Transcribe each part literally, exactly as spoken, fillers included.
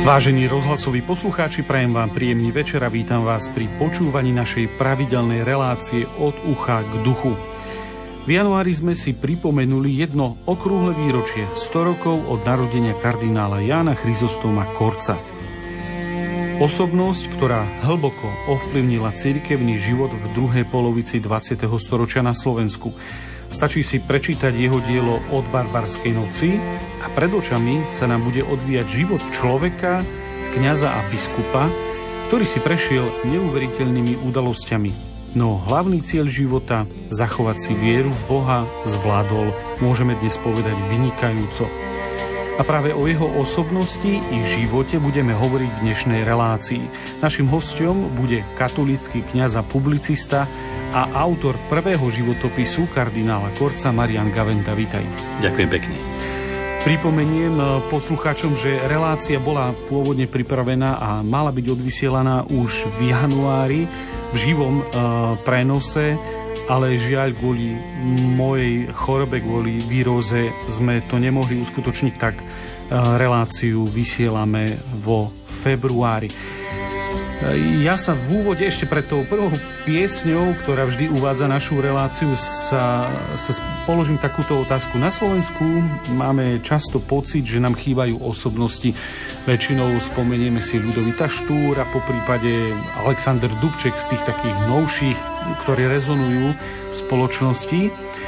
Vážení rozhlasoví poslucháči, prajem vám príjemný večer a vítam vás pri počúvaní našej pravidelnej relácie Od ucha k duchu. V januári sme si pripomenuli jedno okrúhle výročie, sto rokov od narodenia kardinála Jána Chryzostoma Korca. Osobnosť, ktorá hlboko ovplyvnila cirkevný život v druhej polovici dvadsiateho storočia na Slovensku. Stačí si prečítať jeho dielo Od barbarskej noci a pred očami sa nám bude odvíjať život človeka, kňaza a biskupa, ktorý si prešiel neuveriteľnými udalosťami. No hlavný cieľ života, zachovať si vieru v Boha, zvládol, môžeme dnes povedať, vynikajúco. A práve o jeho osobnosti i živote budeme hovoriť v dnešnej relácii. Naším hosťom bude katolícky kňaz a publicista a autor prvého životopisu kardinála Korca Marián Gavenda. Vítaj. Ďakujem pekne. Pripomeniem poslucháčom, že relácia bola pôvodne pripravená a mala byť odvysielaná už v januári v živom prenose, ale žiaľ kvôli mojej chorobe, kvôli víróze sme to nemohli uskutočniť, tak reláciu vysielame vo februári. Ja sa v úvode ešte pred tou prvou piesňou, ktorá vždy uvádza našu reláciu, sa, sa položím takúto otázku. Na Slovensku máme často pocit, že nám chýbajú osobnosti. Väčšinou spomenieme si Ľudovita Štúra, po prípade Alexander Dubček z tých takých novších, ktorí rezonujú v spoločnosti.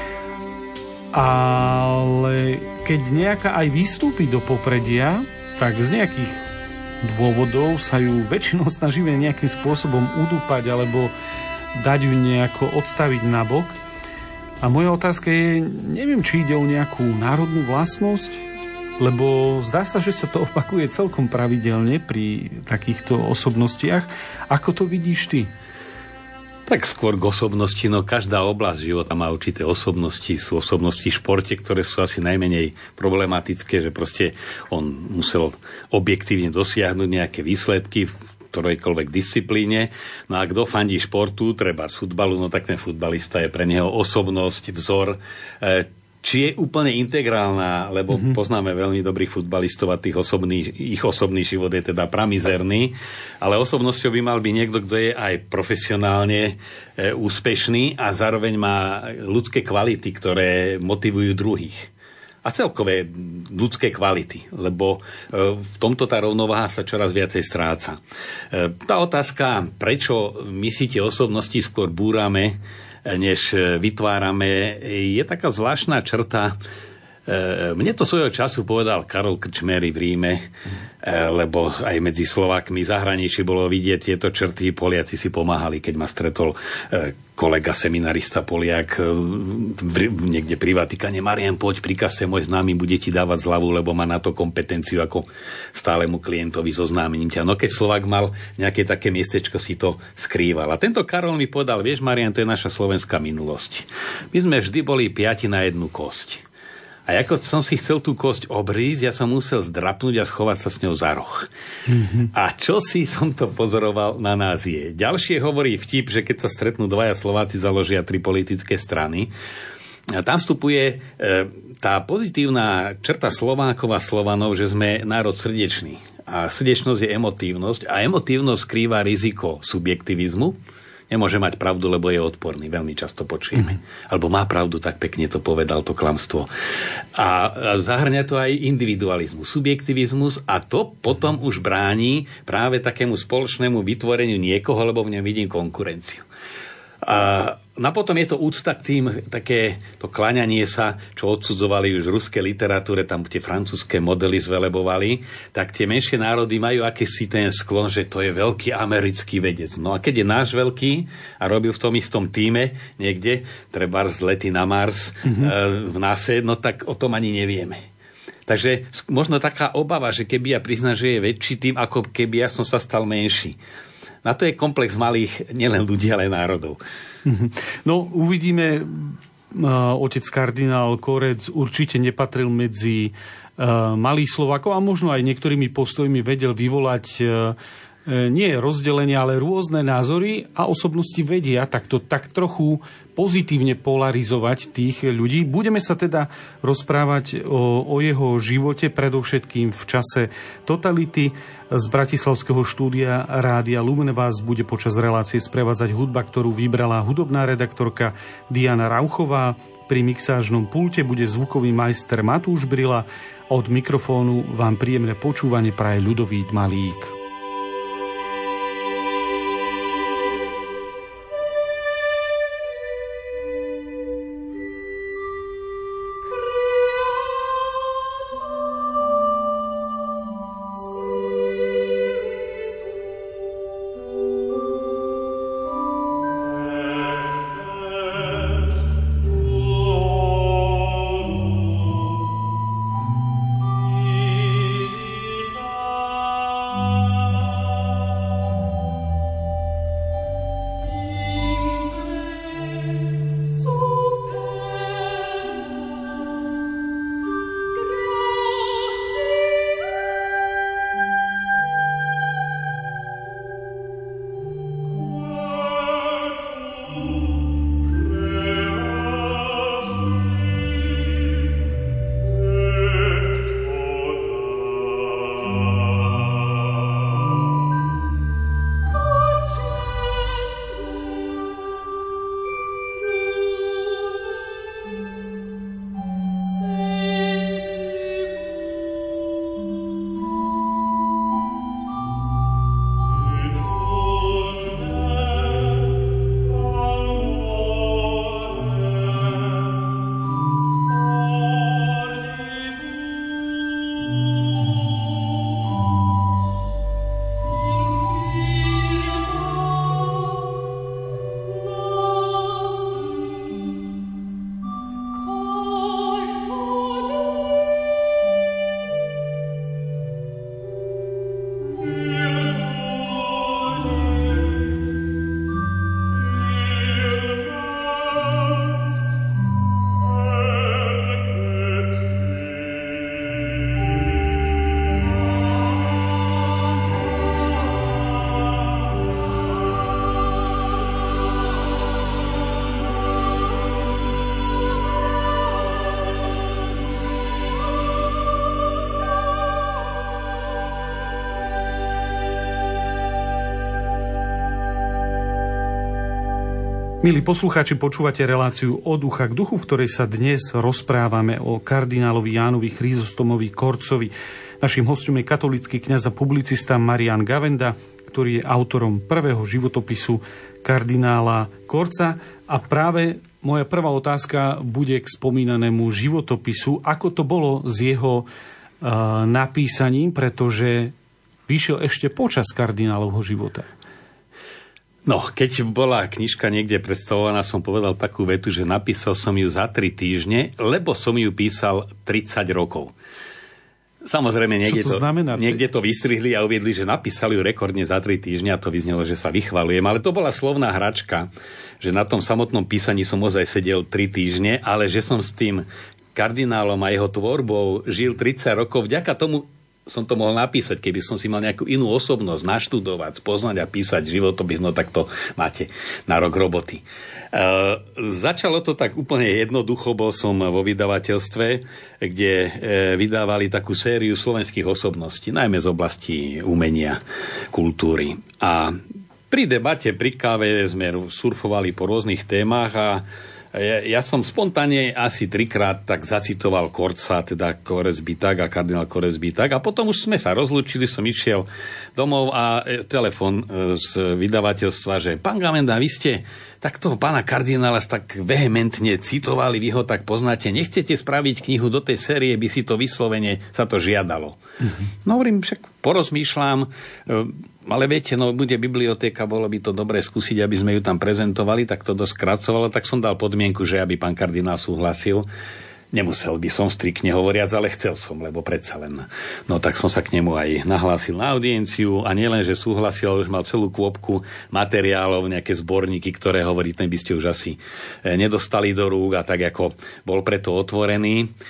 Ale keď nejaká aj vystúpi do popredia, tak z nejakých dôvodov sa ju väčšinou snažíme nejakým spôsobom udúpať alebo dať ju nejako odstaviť nabok. A moja otázka je, neviem, či ide o nejakú národnú vlastnosť, lebo zdá sa, že sa to opakuje celkom pravidelne pri takýchto osobnostiach. Ako to vidíš ty? Tak skôr k osobnosti, no každá oblasť života má určité osobnosti, sú osobnosti v športe, ktoré sú asi najmenej problematické, že proste on musel objektívne dosiahnuť nejaké výsledky v ktorejkoľvek disciplíne. No a kto fandí športu, treba z futbalu, no tak ten futbalista je pre neho osobnosť, vzor. Či je úplne integrálna, lebo mm-hmm. poznáme veľmi dobrých futbalistov a tých osobný, ich osobný život je teda pramizerný, ale osobnosťou by mal byť niekto, kto je aj profesionálne e, úspešný a zároveň má ľudské kvality, ktoré motivujú druhých. A celkové ľudské kvality, lebo e, v tomto tá rovnováha sa čoraz viacej stráca. E, tá otázka, prečo my si tie osobnosti skôr búrame, než vytvárame, je taká zvláštna črta. Mne to svojho času povedal Karol Krčméry v Ríme, lebo aj medzi Slovákmi v zahraničí bolo vidieť tieto črty. Poliaci si pomáhali, keď ma stretol kolega seminarista Poliak niekde pri Vatikáne. Marián, poď pri kase, môj známy bude ti dávať zľavu, lebo má na to kompetenciu ako stálemu klientovi zoznámením ťa. No keď Slovák mal nejaké také miestečko, si to skrýval. A tento Karol mi povedal, vieš Marián, to je naša slovenská minulosť. My sme vždy boli piati na jednu kosť. A ako som si chcel tú kosť obrísť, ja som musel zdrapnúť a schovať sa s ňou za roh. Mm-hmm. A čo si som to pozoroval na nás je. Ďalšie hovorí vtip, že keď sa stretnú dvaja Slováci, založia tri politické strany. A tam vstupuje e, tá pozitívna črta Slovákov a Slovanov, že sme národ srdečný. A srdečnosť je emotívnosť. A emotívnosť skrýva riziko subjektivizmu. Nemôže mať pravdu, lebo je odporný. Veľmi často počujeme. Mm-hmm. Alebo má pravdu, tak pekne to povedal, to klamstvo. A zahrňa to aj individualizmus, subjektivizmus a to potom už bráni práve takému spoločnému vytvoreniu niekoho, lebo v ňom vidím konkurenciu. A no potom je to úcta k tým, také to kláňanie sa, čo odsudzovali už v ruskej literatúre, tam tie francúzske modely zvelebovali, tak tie menšie národy majú akýsi ten sklon, že to je veľký americký vedec. No a keď je náš veľký a robil v tom istom tíme niekde, trebárs lety na Mars mm-hmm. v náse, no tak o tom ani nevieme. Takže možno taká obava, že keby ja priznám, že je väčší tým, ako keby ja som sa stal menší. Na to je komplex malých, nielen ľudí, ale národov. No, uvidíme. Otec kardinál Korec určite nepatril medzi malých Slovákov a možno aj niektorými postojmi vedel vyvolať nie je rozdelenie, ale rôzne názory a osobnosti vedia takto tak trochu pozitívne polarizovať tých ľudí. Budeme sa teda rozprávať o, o jeho živote, predovšetkým v čase totality. Z bratislavského štúdia Rádia Lumen vás bude počas relácie sprevádzať hudba, ktorú vybrala hudobná redaktorka Diana Rauchová. Pri mixážnom pulte bude zvukový majster Matúš Brila. Od mikrofónu vám príjemné počúvanie praje Ľudovít Malík. Milí poslucháči, počúvate reláciu Od ducha k duchu, v ktorej sa dnes rozprávame o kardinálovi Jánovi Chryzostomovi Korcovi. Naším hostom je katolícky kňaz a publicista Marián Gavenda, ktorý je autorom prvého životopisu kardinála Korca. A práve moja prvá otázka bude k spomínanému životopisu. Ako to bolo s jeho uh, napísaním, pretože vyšiel ešte počas kardinálovho života? No, keď bola knižka niekde predstavovaná, som povedal takú vetu, že napísal som ju za tri týždne, lebo som ju písal tridsať rokov. Samozrejme, niekde to, to, znamená, niekde to vystrihli a uviedli, že napísali ju rekordne za tri týždne a to vyznelo, že sa vychvalujem. Ale to bola slovná hračka, že na tom samotnom písaní som ozaj sedel tri týždne, ale že som s tým kardinálom a jeho tvorbou žil tridsať rokov, vďaka tomu som to mohol napísať, keby som si mal nejakú inú osobnosť naštudovať, spoznať a písať životopis, no tak to máte na rok roboty. E, začalo to tak úplne jednoducho, bol som vo vydavateľstve, kde e, vydávali takú sériu slovenských osobností, najmä z oblasti umenia, kultúry. A pri debate, pri káve sme surfovali po rôznych témach a Ja, ja som spontánne asi trikrát tak zacitoval Korca, teda Koresby tak a kardinál Koresby tak a potom už sme sa rozlúčili, som išiel domov a telefon z vydavateľstva, že pán Gavenda, vy ste tak toho pána kardinála tak vehementne citovali, vy ho tak poznáte, nechcete spraviť knihu do tej série, by si to vyslovene sa to žiadalo. Mm-hmm. No hovorím, však porozmýšľam, ale viete, no bude bibliotéka, bolo by to dobré skúsiť, aby sme ju tam prezentovali, tak to dosť skracovalo, tak som dal podmienku, že aby pán kardinál súhlasil. Nemusel by som striktne hovoriac, ale chcel som, lebo predsa len. No tak som sa k nemu aj nahlásil na audienciu a nielen, že súhlasil, ale už mal celú kôpku materiálov, nejaké zborníky, ktoré hovorí, ten by ste už asi nedostali do rúk a tak ako bol preto otvorený.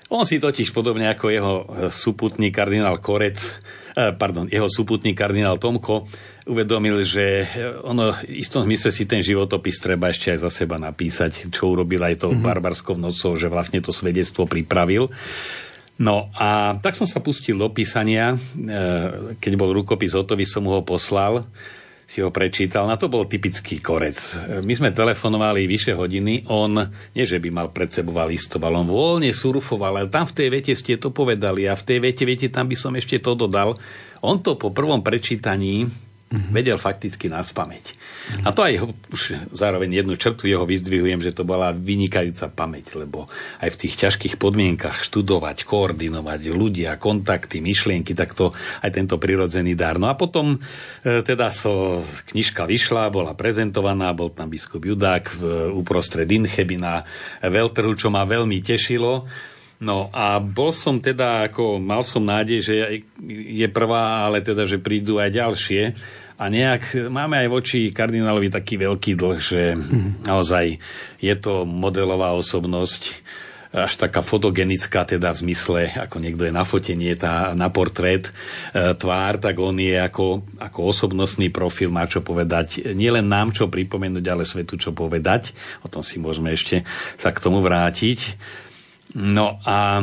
On si totiž podobne ako jeho súputník kardinál Korec, pardon, jeho súputník kardinál Tomko uvedomil, že ono v istom zmysle si ten životopis treba ešte aj za seba napísať, čo urobil aj to mm-hmm. barbarskou nocou, že vlastne to svedectvo pripravil. No a tak som sa pustil do písania, keď bol rukopis hotový, som mu ho poslal, si ho prečítal, na to bol typický Korec. My sme telefonovali vyše hodiny, on, nie že by mal pred sebou listoval, on voľne surfoval, ale tam v tej vete ste to povedali a v tej vete, viete, tam by som ešte to dodal. On to po prvom prečítaní mm-hmm. vedel fakticky naspamäť. Mm-hmm. A to aj ho, už zároveň jednu črtu jeho vyzdvihujem, že to bola vynikajúca pamäť, lebo aj v tých ťažkých podmienkach študovať, koordinovať ľudia, kontakty, myšlienky, tak to aj tento prirodzený dar. No a potom e, teda so knižka vyšla, bola prezentovaná, bol tam biskup Judák v, uprostred Incheby na veľtrhu, čo ma veľmi tešilo. No a bol som teda, ako mal som nádej, že je prvá, ale teda, že prídu aj ďalšie. A nejak máme aj voči kardinálovi taký veľký dlh, že naozaj je to modelová osobnosť, až taká fotogenická, teda v zmysle, ako niekto je na fotenie, tá, na portrét, e, tvár, tak on je ako, ako osobnostný profil, má čo povedať. Nielen nám čo pripomenúť, ale svetu čo povedať. O tom si môžeme ešte sa k tomu vrátiť. No a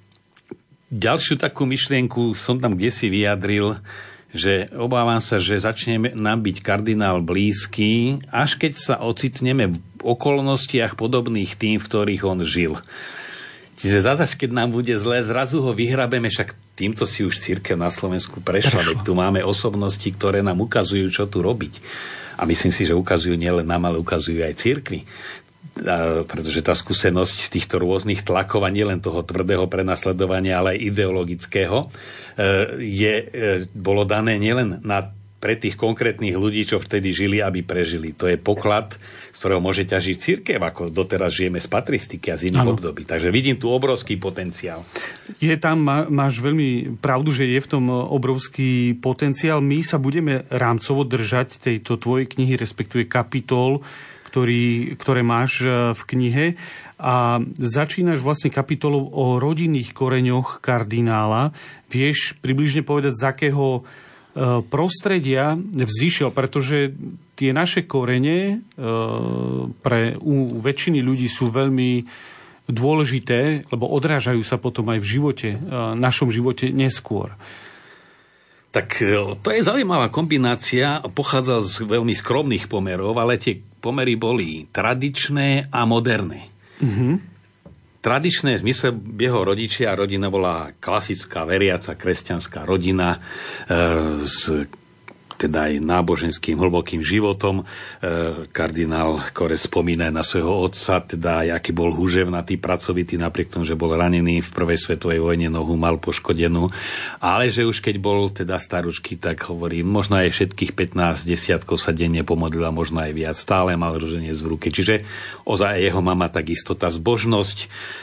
ďalšiu takú myšlienku som tam kdesi vyjadril, že obávam sa, že začne nám byť kardinál blízky, až keď sa ocitneme v okolnostiach podobných tým, v ktorých on žil. Čiže zase, keď nám bude zle, zrazu ho vyhrabeme, však týmto si už cirkev na Slovensku prešla, veď tu máme osobnosti, ktoré nám ukazujú, čo tu robiť. A myslím si, že ukazujú nielen nám, ale ukazujú aj cirkvi. A pretože tá skúsenosť z týchto rôznych tlakov a nielen toho tvrdého prenasledovania, ale aj ideologického je, bolo dané nielen na, pre tých konkrétnych ľudí, čo vtedy žili, aby prežili. To je poklad, z ktorého môže ťažiť cirkev, ako doteraz žijeme z patristiky a z iných období. Takže vidím tu obrovský potenciál. Je tam, má, máš veľmi pravdu, že je v tom obrovský potenciál. My sa budeme rámcovo držať tejto tvojej knihy, respektíve kapitol, Ktorý, ktoré máš v knihe a začínaš vlastne kapitolou o rodinných koreňoch kardinála. Vieš približne povedať, z akého prostredia vzýšiel, pretože tie naše korene pre u väčšiny ľudí sú veľmi dôležité, lebo odrážajú sa potom aj v živote, našom živote neskôr. Tak to je zaujímavá kombinácia, pochádza z veľmi skromných pomerov, ale tie pomery boli tradičné a moderné. Mm-hmm. Tradičné v zmysle jeho rodičia a rodina bola klasická, veriaca, kresťanská rodina e, s teda aj náboženským hlbokým životom. E, kardinál Korec spomína na svojho otca, teda aj aký bol húževnatý, pracovitý, napriek tomu, že bol ranený v prvej svetovej vojne, nohu mal poškodenú. Ale že už keď bol teda staručky, tak hovorí, možno aj všetkých pätnásť desiatkov sa denne pomodlila, možno aj viac. Stále mal ruženec v ruke. Čiže ozaj jeho mama takisto tá zbožnosť,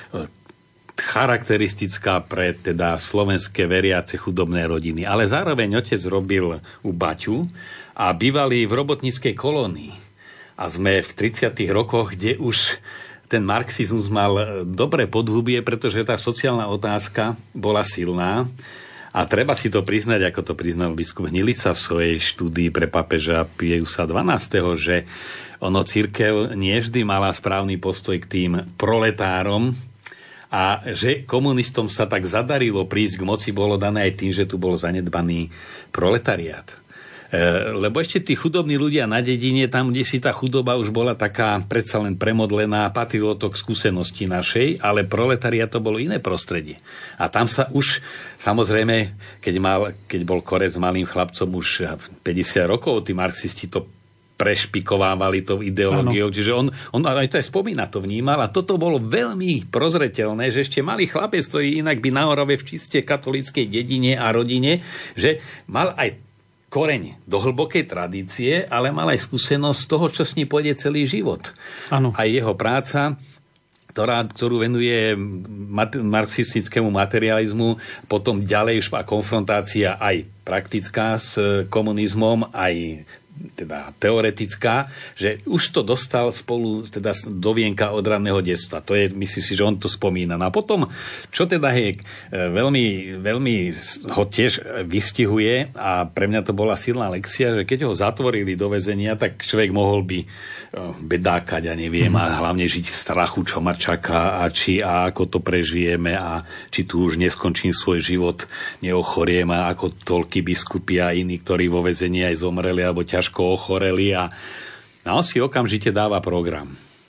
charakteristická pre teda slovenské veriace chudobné rodiny. Ale zároveň otec robil u baťu a bývali v robotníckej kolónii. A sme v tridsiatych rokoch, kde už ten marxizmus mal dobré podhubie, pretože tá sociálna otázka bola silná. A treba si to priznať, ako to priznal biskup Hnilica v svojej štúdii pre pápeža Piusa dvanásteho, že ono cirkev nie vždy mala správny postoj k tým proletárom, a že komunistom sa tak zadarilo prísť k moci, bolo dané aj tým, že tu bol zanedbaný proletariát. E, lebo ešte tí chudobní ľudia na dedine, tam, kde si tá chudoba už bola taká predsa len premodlená, patrilo to k skúsenosti našej, ale proletariát to bolo iné prostredie. A tam sa už, samozrejme, keď, mal, keď bol Korec malým chlapcom už päťdesiat rokov, tí marxisti to prešpikovávali tou ideológiou, ano. Čiže on, on aj to aj spomína, to vnímal a toto bolo veľmi prozreteľné, že ešte malý chlapec, ktorý inak by na Orave v čiste katolíckej dedine a rodine, že mal aj koreň do hlbokej tradície, ale mal aj skúsenosť z toho, čo s ním pôjde celý život. Ano. A jeho práca, ktorá, ktorú venuje mat- marxistickému materializmu, potom ďalej už konfrontácia aj praktická s komunizmom, aj teda teoretická, že už to dostal spolu teda do vienka od ranného detstva. To je, myslím si, že on to spomína. No a potom, čo teda je veľmi, veľmi ho tiež vystihuje a pre mňa to bola silná lekcia, že keď ho zatvorili do väzenia, tak človek mohol by bedákať a neviem, a hlavne žiť v strachu, čo ma čaká a či a ako to prežijeme a či tu už neskončím svoj život, neochoriem a ako toľky biskupy a iní, ktorí vo väzení aj zomreli alebo ťažko ochoreli a, a on si okamžite dáva program.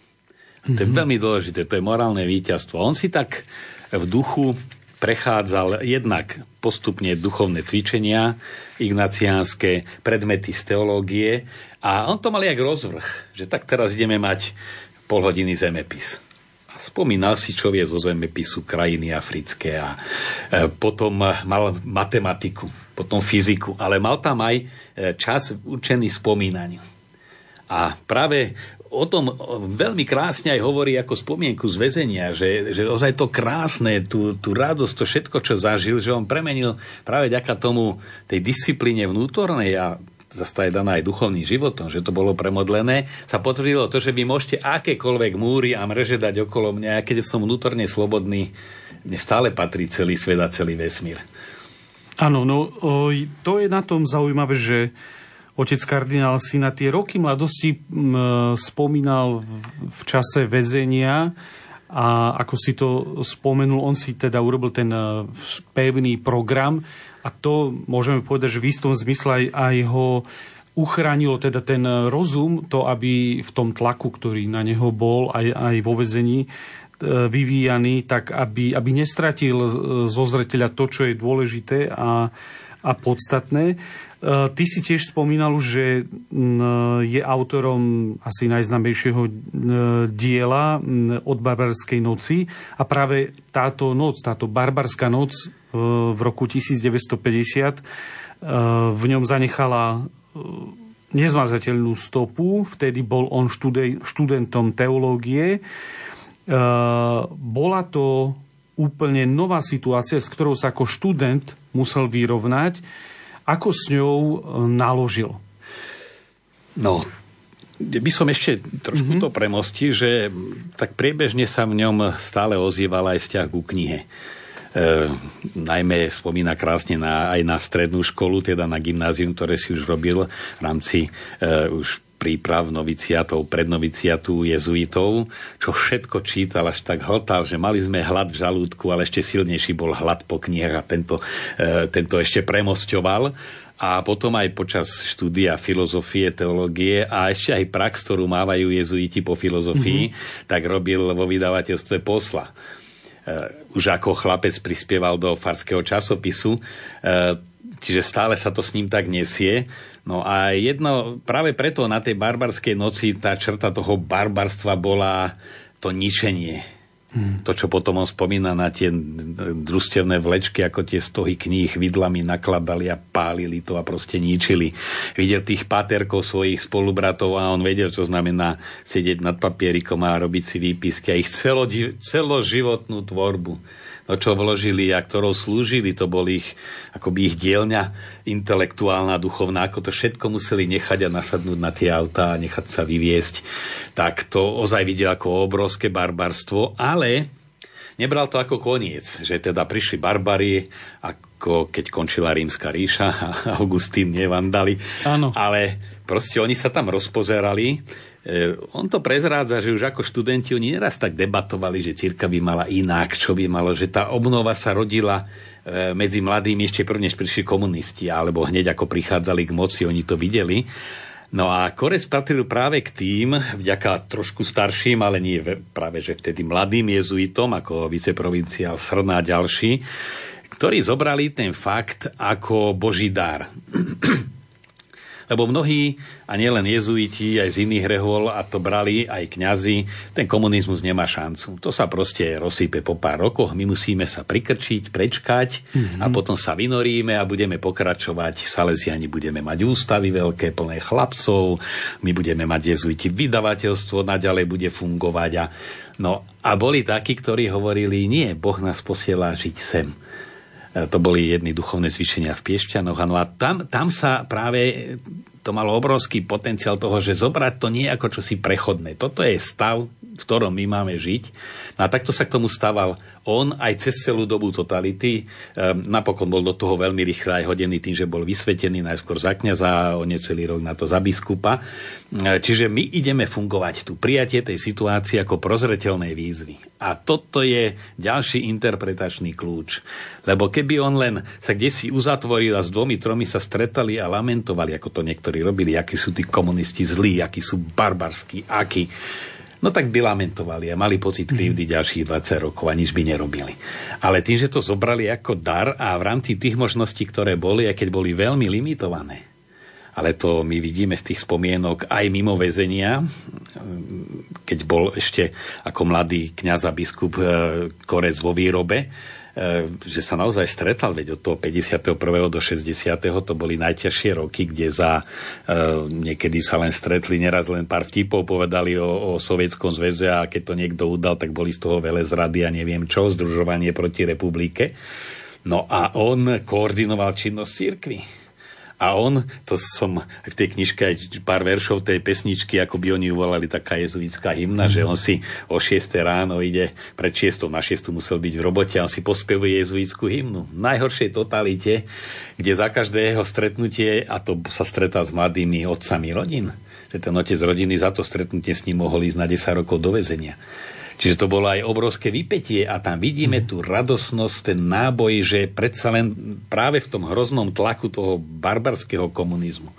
To je veľmi dôležité, to je morálne víťazstvo. On si tak v duchu prechádzal jednak postupne duchovné cvičenia, ignaciánske predmety z teológie a on to mal jak rozvrh, že tak teraz ideme mať pol hodiny zemepis. A spomínal si, čo vie zo zemepisu krajiny africké a e, potom mal matematiku, potom fyziku, ale mal tam aj čas určený spomínaniu. A práve o tom veľmi krásne aj hovorí ako spomienku z väzenia, že, že ozaj to krásne, tú, tú radosť, to všetko, čo zažil, že on premenil práve vďaka tomu tej disciplíne vnútornej a zase je daná aj duchovným životom, že to bolo premodlené, sa potvrdilo to, že vy môžete akékoľvek múry a mreže dať okolo mňa, a keď som vnútorne slobodný, mne stále patrí celý svet a celý vesmír. Áno, no to je na tom zaujímavé, že otec kardinál si na tie roky mladosti spomínal v čase väzenia a ako si to spomenul, on si teda urobil ten pevný program a to môžeme povedať, že v istom zmysle aj, aj ho uchránilo teda ten rozum, to aby v tom tlaku, ktorý na neho bol aj, aj vo väzení vyvíjaný, tak aby, aby nestratil zo zreteľa to, čo je dôležité a, a podstatné. Ty si tiež spomínal, že je autorom asi najznámejšieho diela Od barbarskej noci a práve táto noc, táto barbarská noc v roku devätnásťstopäťdesiat v ňom zanechala nezmazateľnú stopu. Vtedy bol on študentom teológie. Bola to úplne nová situácia, s ktorou sa ako študent musel vyrovnať. Ako s ňou naložil? No, by som ešte trošku mm-hmm. to premostil, že tak priebežne sa v ňom stále ozýval aj vzťah ku knihe. E, najmä spomína krásne na, aj na strednú školu, teda na gymnázium, ktoré si už robil v rámci e, už príprav noviciatov, prednoviciatu jezuitov, čo všetko čítal, až tak hltal, že mali sme hlad v žalúdku, ale ešte silnejší bol hlad po knihách a tento, e, tento ešte premosťoval. A potom aj počas štúdia filozofie, teológie a ešte aj prax, ktorú mávajú jezuiti po filozofii, mm-hmm. tak robil vo vydavateľstve Posla. E, už ako chlapec prispieval do farského časopisu, e, čiže stále sa to s ním tak nesie. No a jedno, práve preto na tej barbarskej noci tá črta toho barbarstva bola to ničenie. Hmm. To, čo potom on spomína na tie družstevné vlečky, ako tie stohy kníh vidlami nakladali a pálili to a proste ničili. Videl tých páterkov svojich spolubratov a on vedel, čo znamená sedieť nad papierikom a robiť si výpisky a ich celo, celoživotnú tvorbu. To, čo vložili a ktorou slúžili, to bol ich, akoby ich dielňa intelektuálna, duchovná, ako to všetko museli nechať a nasadnúť na tie autá a nechať sa vyviesť. Tak to ozaj videl ako obrovské barbarstvo, ale nebral to ako koniec, že teda prišli barbari, ako keď končila Rímska ríša a Augustín, nie vandali. Áno. Ale proste oni sa tam rozpozerali. On to prezrádza, že už ako študenti oni neraz tak debatovali, že cirkev by mala inak, čo by malo, že tá obnova sa rodila medzi mladými ešte prvne, než prišli komunisti, alebo hneď ako prichádzali k moci, oni to videli. No a Korec patril práve k tým, vďaka trošku starším, ale nie práve, že vtedy mladým jezuitom, ako viceprovinciál Srna a ďalší, ktorí zobrali ten fakt ako Boží dar. Lebo mnohí, a nielen jezuiti, aj z iných rehôl, a to brali aj kňazi, ten komunizmus nemá šancu. To sa proste rozsýpe po pár rokoch, my musíme sa prikrčiť, prečkať mm-hmm. a potom sa vynoríme a budeme pokračovať. Salesiani budeme mať ústavy veľké, plné chlapcov, my budeme mať jezuiti vydavateľstvo, naďalej bude fungovať. A, no, a boli takí, ktorí hovorili, nie, Boh nás posiela žiť sem. To boli jedny duchovné cvičenia v Piešťanoch. No a tam, tam sa práve to malo obrovský potenciál toho, že zobrať to nie ako čosi prechodné. Toto je stav, v ktorom my máme žiť. No a takto sa k tomu stával on aj cez celú dobu totality. Ehm, napokon bol do toho veľmi rýchle aj hodený tým, že bol vysvetený najskôr za kňaza, o necelý rok na to za biskupa. Ehm, čiže my ideme fungovať tu. Prijatie tej situácie ako prozreteľnej výzvy. A toto je ďalší interpretačný kľúč. Lebo keby on len sa kdesi uzatvoril a s dvomi, tromi sa stretali a lamentovali, ako to niektorí robili, akí sú tí komunisti zlí, akí sú barbarskí, akí. No tak by lamentovali a mali pocit krivdy ďalších dvadsať rokov a nič by nerobili. Ale tým, že to zobrali ako dar a v rámci tých možností, ktoré boli, aj keď boli veľmi limitované, ale to my vidíme z tých spomienok aj mimo väzenia, keď bol ešte ako mladý kňaz a biskup Korec vo výrobe, že sa naozaj stretal, veď od toho päťdesiateho prvého do šesťdesiateho to boli najťažšie roky, kde za niekedy sa len stretli, neraz len pár vtipov povedali o, o Sovietskom zväze a keď to niekto udal, tak boli z toho velezrady a neviem čo, združovanie proti republike. No a on koordinoval činnosť cirkvi. A on, to som v tej knižke aj pár veršov tej pesničky, ako by oni uvolali, taká jezuitská hymna, že on si o šiestej ráno ide, pred šiestou na šiestu musel byť v robote a on si pospevuje jezuitskú hymnu. V najhoršej totalite, kde za každé jeho stretnutie, a to sa stretá s mladými otcami rodín, že ten otec rodiny za to stretnutie s ním mohol ísť na desať rokov do väzenia. Čiže to bolo aj obrovské vypätie a tam vidíme tú radosnosť, ten náboj, že predsa len práve v tom hroznom tlaku toho barbarského komunizmu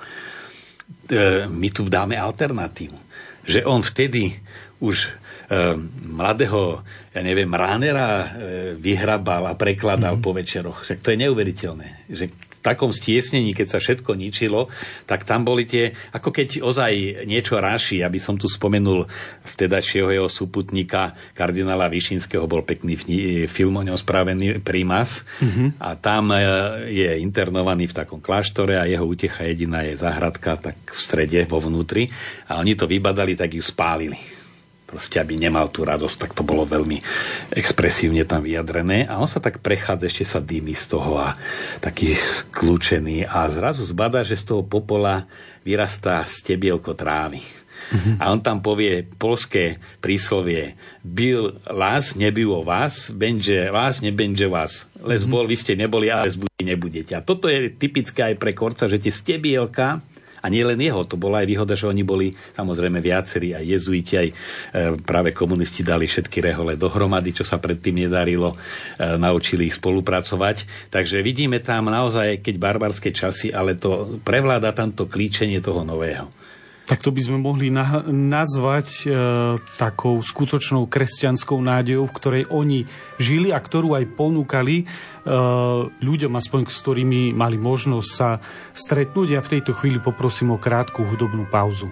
e, my tu dáme alternatívu. Že on vtedy už e, mladého, ja neviem, Ránera e, vyhrabal a prekladal mm. po večeroch. Však to je neuveriteľné, že v takom stiesnení, keď sa všetko ničilo, tak tam boli tie, ako keď ozaj niečo ráši, aby som tu spomenul vtedajšieho jeho súputníka, kardinála Višinského, bol pekný film o ňom spravený, Primas, mm-hmm. a tam je internovaný v takom kláštore a jeho útecha jediná je záhradka tak v strede, vo vnútri, a oni to vybadali, tak ju spálili. Proste, aby nemal tú radosť, tak to bolo veľmi expresívne tam vyjadrené. A on sa tak prechádza, ešte sa dými z toho a taký skľúčený. A zrazu zbadá, že z toho popola vyrastá stebielko trávy. Mm-hmm. A on tam povie poľské príslovie: byl lás, nebylo vás, benže lás, nebenže vás. Les bol, vy ste neboli, ale les budí, nebudete. A toto je typické aj pre Korca, že tie stebielka, a nie len jeho, to bola aj výhoda, že oni boli samozrejme viacerí, aj jezuiti, aj e, práve komunisti dali všetky rehole dohromady, čo sa predtým nedarilo, e, naučili ich spolupracovať. Takže vidíme tam naozaj, keď barbarské časy, ale to prevláda tamto klíčenie toho nového. Tak to by sme mohli na- nazvať e, takou skutočnou kresťanskou nádejou, v ktorej oni žili a ktorú aj ponúkali e, ľuďom, aspoň s ktorými mali možnosť sa stretnúť. Ja v tejto chvíli poprosím o krátku hudobnú pauzu.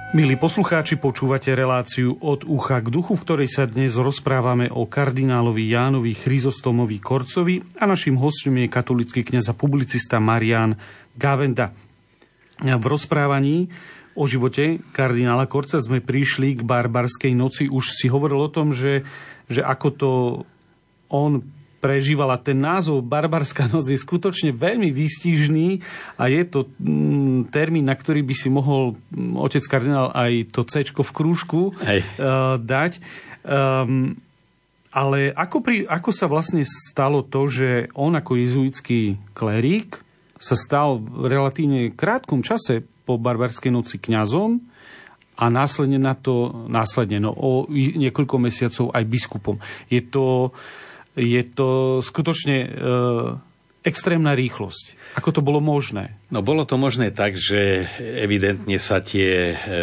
Milí poslucháči, počúvate reláciu Od ucha k duchu, v ktorej sa dnes rozprávame o kardinálovi Jánovi Chryzostomovi Korcovi a naším hostom je katolícky kňaz a publicista Marián Gavenda. V rozprávaní o živote kardinála Korca sme prišli k barbarskej noci. Už si hovoril o tom, že, že ako to on prežívala. Ten názov Barbarská noc je skutočne veľmi výstižný a je to mm, termín, na ktorý by si mohol mm, otec kardinál aj to C-čko v krúžku uh, dať. Um, ale ako, pri, ako sa vlastne stalo to, že on ako jezuitský klerík sa stal v relatívne krátkom čase po Barbarskej noci kňazom a následne na to, následne no, o niekoľko mesiacov aj biskupom. Je to Je to skutočne e, extrémna rýchlosť. Ako to bolo možné? No bolo to možné tak, že evidentne sa tie e,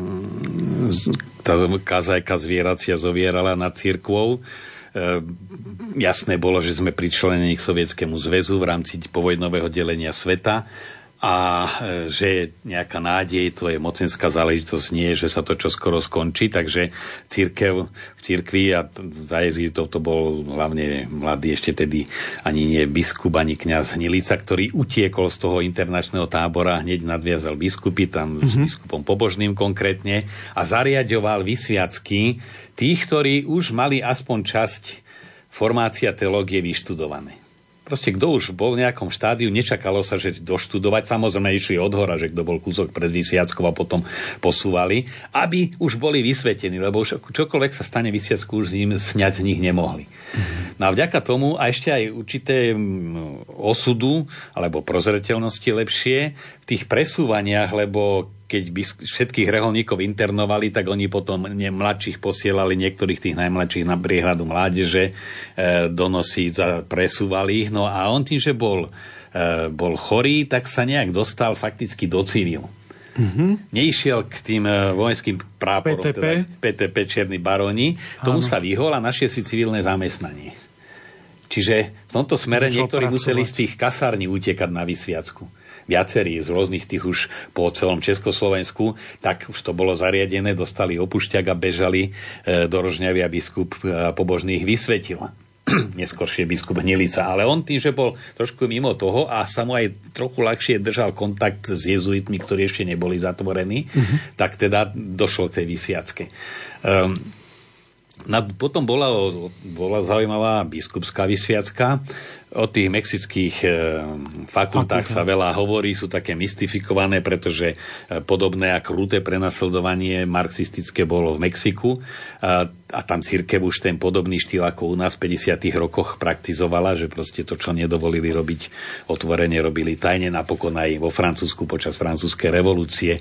tá kazajka zvieracia zovierala nad cirkvou. E, jasné bolo, že sme pričlenení k Sovietskému zväzu v rámci povojnového delenia sveta a že nejaká nádej, to je mocenská záležitosť, nie, že sa to čoskoro skončí, takže cirkev v cirkvi a za jezitov to bol hlavne mladý ešte tedy ani nie biskup, ani kňaz Hnilica, ktorý utiekol z toho internačného tábora, hneď nadviazal biskupy, tam mm-hmm. s biskupom pobožným konkrétne a zariaďoval vysviacky tých, ktorí už mali aspoň časť formácia teológie vyštudované. Proste kto už bol v nejakom štádiu, nečakalo sa, že doštudovať, samozrejme išli od hora, že kto bol kúsok pred vysviackou a potom posúvali, aby už boli vysvetení, lebo už čokoľvek sa stane vysviacku, už im sňať z nich nemohli. Mm-hmm. No a vďaka tomu a ešte aj určité osudu, alebo prozreteľnosti lepšie, v tých presúvaniach, lebo keď by všetkých reholníkov internovali, tak oni potom mladších posielali, niektorých tých najmladších na priehradu mládeže, e, do Nosíc a presúvali ich. No a on tým, že bol, e, bol chorý, tak sa nejak dostal fakticky do civilu. Mm-hmm. Neišiel k tým vojenským práporom, pé té pé, teda pé té pé Černí baróni, tomu áno. sa vyhol a našiel si civilné zamestnanie. Čiže v tomto smere Začal niektorí pracovať. Museli z tých kasární utekať na vysviacku. Viacerí z rôznych tých už po celom Československu, tak už to bolo zariadené, dostali opušťak a bežali e, do Rožňavy a biskup e, pobožných vysvetil. Neskôršie biskup Hnilica. Ale on tým, že bol trošku mimo toho a sa mu aj trochu ľahšie držal kontakt s jezuitmi, ktorí ešte neboli zatvorení, mm-hmm. tak teda došlo k tej vysviacke. Um, potom bola, bola zaujímavá biskupská vysviacka. O tých mexických e, fakultách Fakulta. sa veľa hovorí, sú také mystifikované, pretože e, podobné a kruté prenasledovanie marxistické bolo v Mexiku a, a tam cirkev už ten podobný štýl ako u nás v päťdesiatych rokoch praktizovala, že proste to, čo nedovolili robiť otvorene, robili tajne, napokon aj vo Francúzsku počas francúzskej revolúcie. E,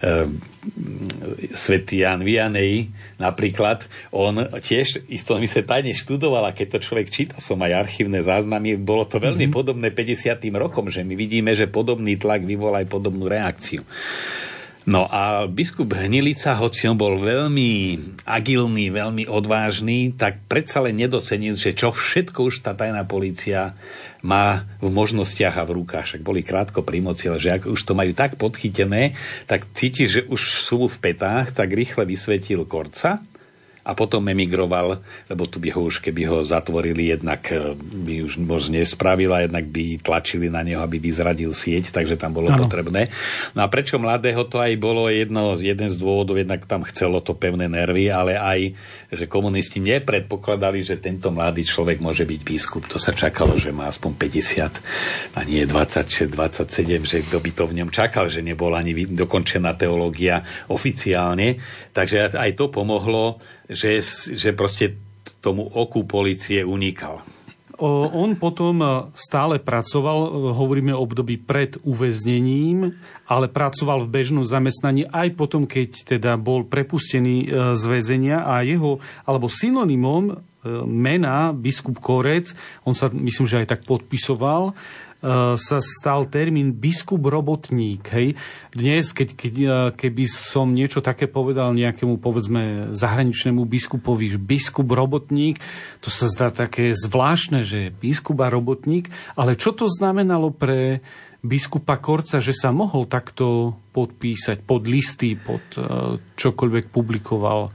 Svätý Ján Vianney napríklad, on tiež isto my sa tajne študoval a keď to človek číta, som aj archívne záznamy, bolo to veľmi mm-hmm. podobné päťdesiatym rokom, že my vidíme, že podobný tlak vyvolá aj podobnú reakciu. No a biskup Hnilica, hoci on bol veľmi agilný, veľmi odvážny, tak predsa len nedocenil, že čo všetko už tá tajná polícia má v možnostiach a v rukách. Však boli krátko pri moci, ale že ak už to majú tak podchytené, tak cíti, že už sú v petách, tak rýchle vysvetil Korca a potom emigroval, lebo tu by ho už, keby ho zatvorili, jednak by už moc nespravil a jednak by tlačili na neho, aby vyzradil sieť, takže tam bolo ano. potrebné. No a prečo mladého to aj bolo jedno, jeden z dôvodov, jednak tam chcelo to pevné nervy, ale aj, že komunisti nepredpokladali, že tento mladý človek môže byť biskup. To sa čakalo, že má aspoň päťdesiat a nie dvadsaťšesť dvadsaťsedem, že kto by to v ňom čakal, že nebola ani dokončená teológia oficiálne. Takže aj to pomohlo, že, že proste tomu oku polície unikal. O, on potom stále pracoval, hovoríme o období pred uväznením, ale pracoval v bežnom zamestnaní aj potom, keď teda bol prepustený z väzenia a jeho, alebo synonymom mena biskup Korec, on sa myslím, že aj tak podpisoval, sa stal termín biskup robotník. Hej. Dnes, keď, keď, keby som niečo také povedal nejakému, povedzme, zahraničnému biskupovi, že biskup robotník, to sa zdá také zvláštne, že biskup a robotník, ale čo to znamenalo pre biskupa Korca, že sa mohol takto podpísať pod listy, pod čokoľvek publikoval?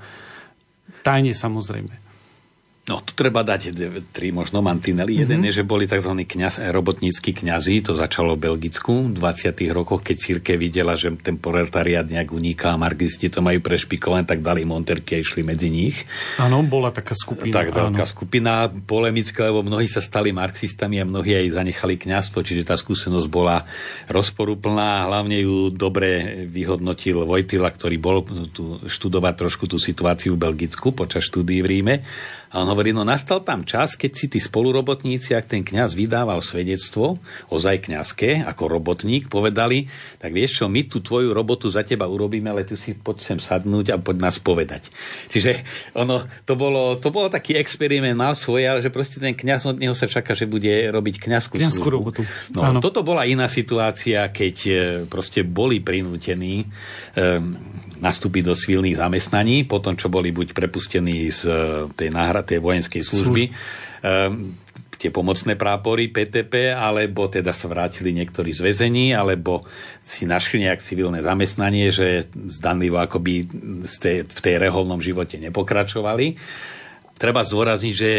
Tajne, samozrejme. No, tu treba dať tri možno mantinely. Mm-hmm. Jeden je, že boli tzv. Kňaz, robotnícky kňazi, to začalo v Belgicku v dvadsiatych rokoch, keď cirkev videla, že ten proletariát nejak uniká a marxisti to majú prešpikované, tak dali monterky a išli medzi nich. Áno, bola taká skupina. Tak, veľká áno. skupina, polemická, lebo mnohí sa stali marxistami a mnohí aj zanechali kňazstvo, čiže tá skúsenosť bola rozporuplná. Hlavne ju dobre vyhodnotil Vojtila, ktorý bol tu študovať trošku tú situáciu v Belgicku počas štúdií v Ríme. A on hovorí, no nastal tam čas, keď si tí spolurobotníci, ak ten kňaz vydával svedectvo, ozaj kňazské, ako robotník, povedali, tak vieš čo, my tú tvoju robotu za teba urobíme, ale ty si poď sem sadnúť a poď nás povedať. Čiže ono, to bolo, to bolo taký experiment, mal svoje, ale že proste ten kňaz, od neho sa čaká, že bude robiť kňazskú kňazskú službu. robotu. No, áno. Toto bola iná situácia, keď proste boli prinútení um, nastúpiť do civilných zamestnaní, potom čo boli buď prepustení z tej náhrady, tej vojenskej služby, um, tie pomocné prápory pé té pé, alebo teda sa vrátili niektorí z väzení, alebo si našli nejak civilné zamestnanie, že zdanlivo akoby z tej, v tej reholnom živote nepokračovali. Treba zdôrazniť, že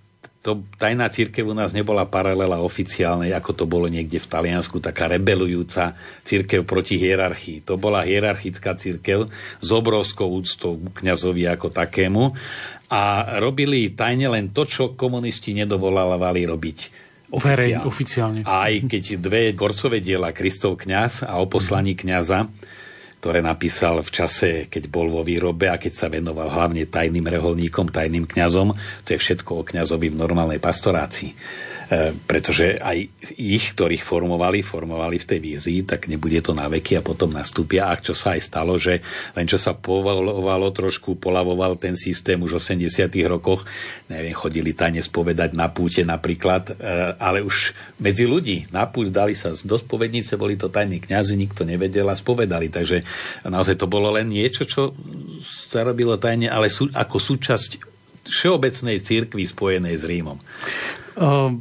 to tajná cirkev u nás nebola paralela oficiálnej, ako to bolo niekde v Taliansku, taká rebelujúca cirkev proti hierarchii. To bola hierarchická cirkev s obrovskou úctou k kňazovi ako takému a robili tajne len to, čo komunisti nedovolávali robiť oficiálne. oficiálne. Aj keď dve Korcové diela, Kristov kňaz a o poslaní kňaza, ktoré napísal v čase, keď bol vo výrobe a keď sa venoval hlavne tajným reholníkom, tajným kňazom. To je všetko o kňazovi v normálnej pastorácii. E, pretože aj ich, ktorých formovali, formovali v tej vízii, tak nebude to na veky a potom nastúpia. A čo sa aj stalo, že len čo sa povolovalo trošku, polavoval ten systém už v osemdesiatych rokoch, neviem, chodili tajne spovedať na púte napríklad, e, ale už medzi ľudí na púť dali sa do spovednice, boli to tajní kňazi, nikto nevedel a spovedali. Takže naozaj to bolo len niečo, čo sa robilo tajne, ale sú, ako súčasť všeobecnej cirkvi spojenej s Rímom. Uh,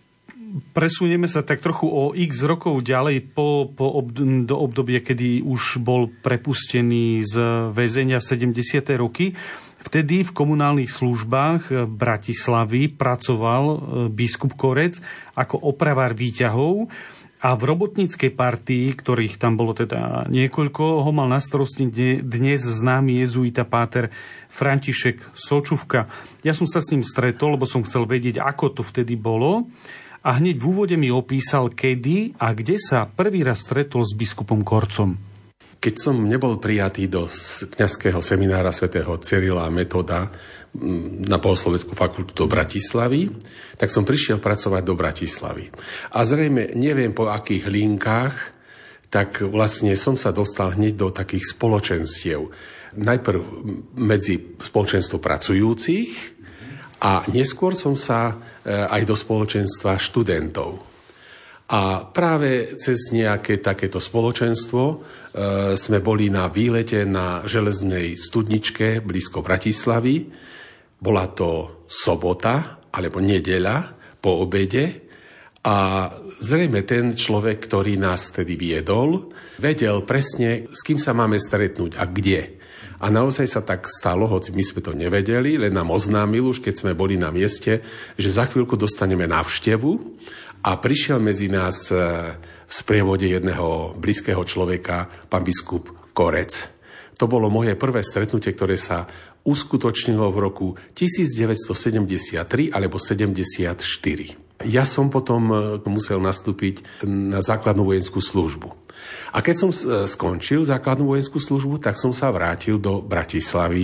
presunieme sa tak trochu o x rokov ďalej po, po ob, do obdobia, kedy už bol prepustený z väzenia v sedemdesiate roky. Vtedy v komunálnych službách Bratislavy pracoval biskup Korec ako opravár výťahov. A v robotníckej partii, ktorých tam bolo teda niekoľko, ho mal na starosti dnes známy jezuita páter František Sočuvka. Ja som sa s ním stretol, lebo som chcel vedieť, ako to vtedy bolo. A hneď v úvode mi opísal, kedy a kde sa prvý raz stretol s biskupom Korcom. Keď som nebol prijatý do kňazského seminára svätého Cyrila a Metoda na Bohosloveckú fakultu do Bratislavy, tak som prišiel pracovať do Bratislavy. A zrejme, neviem po akých linkách, tak vlastne som sa dostal hneď do takých spoločenstiev. Najprv medzi spoločenstvo pracujúcich a neskôr som sa aj do spoločenstva študentov. A práve cez nejaké takéto spoločenstvo e, sme boli na výlete na železnej studničke blízko Bratislavy. Bola to sobota alebo nedeľa po obede a zrejme ten človek, ktorý nás tedy viedol, vedel presne, s kým sa máme stretnúť a kde. A naozaj sa tak stalo, hoci my sme to nevedeli, len nám oznámil už, keď sme boli na mieste, že za chvíľku dostaneme návštevu. A prišiel medzi nás v sprievode jedného blízkeho človeka pán biskup Korec. To bolo moje prvé stretnutie, ktoré sa uskutočnilo v roku devätnásťsedemdesiattri alebo sedemdesiatštyri. Ja som potom musel nastúpiť na základnú vojenskú službu. A keď som skončil základnú vojenskú službu, tak som sa vrátil do Bratislavy.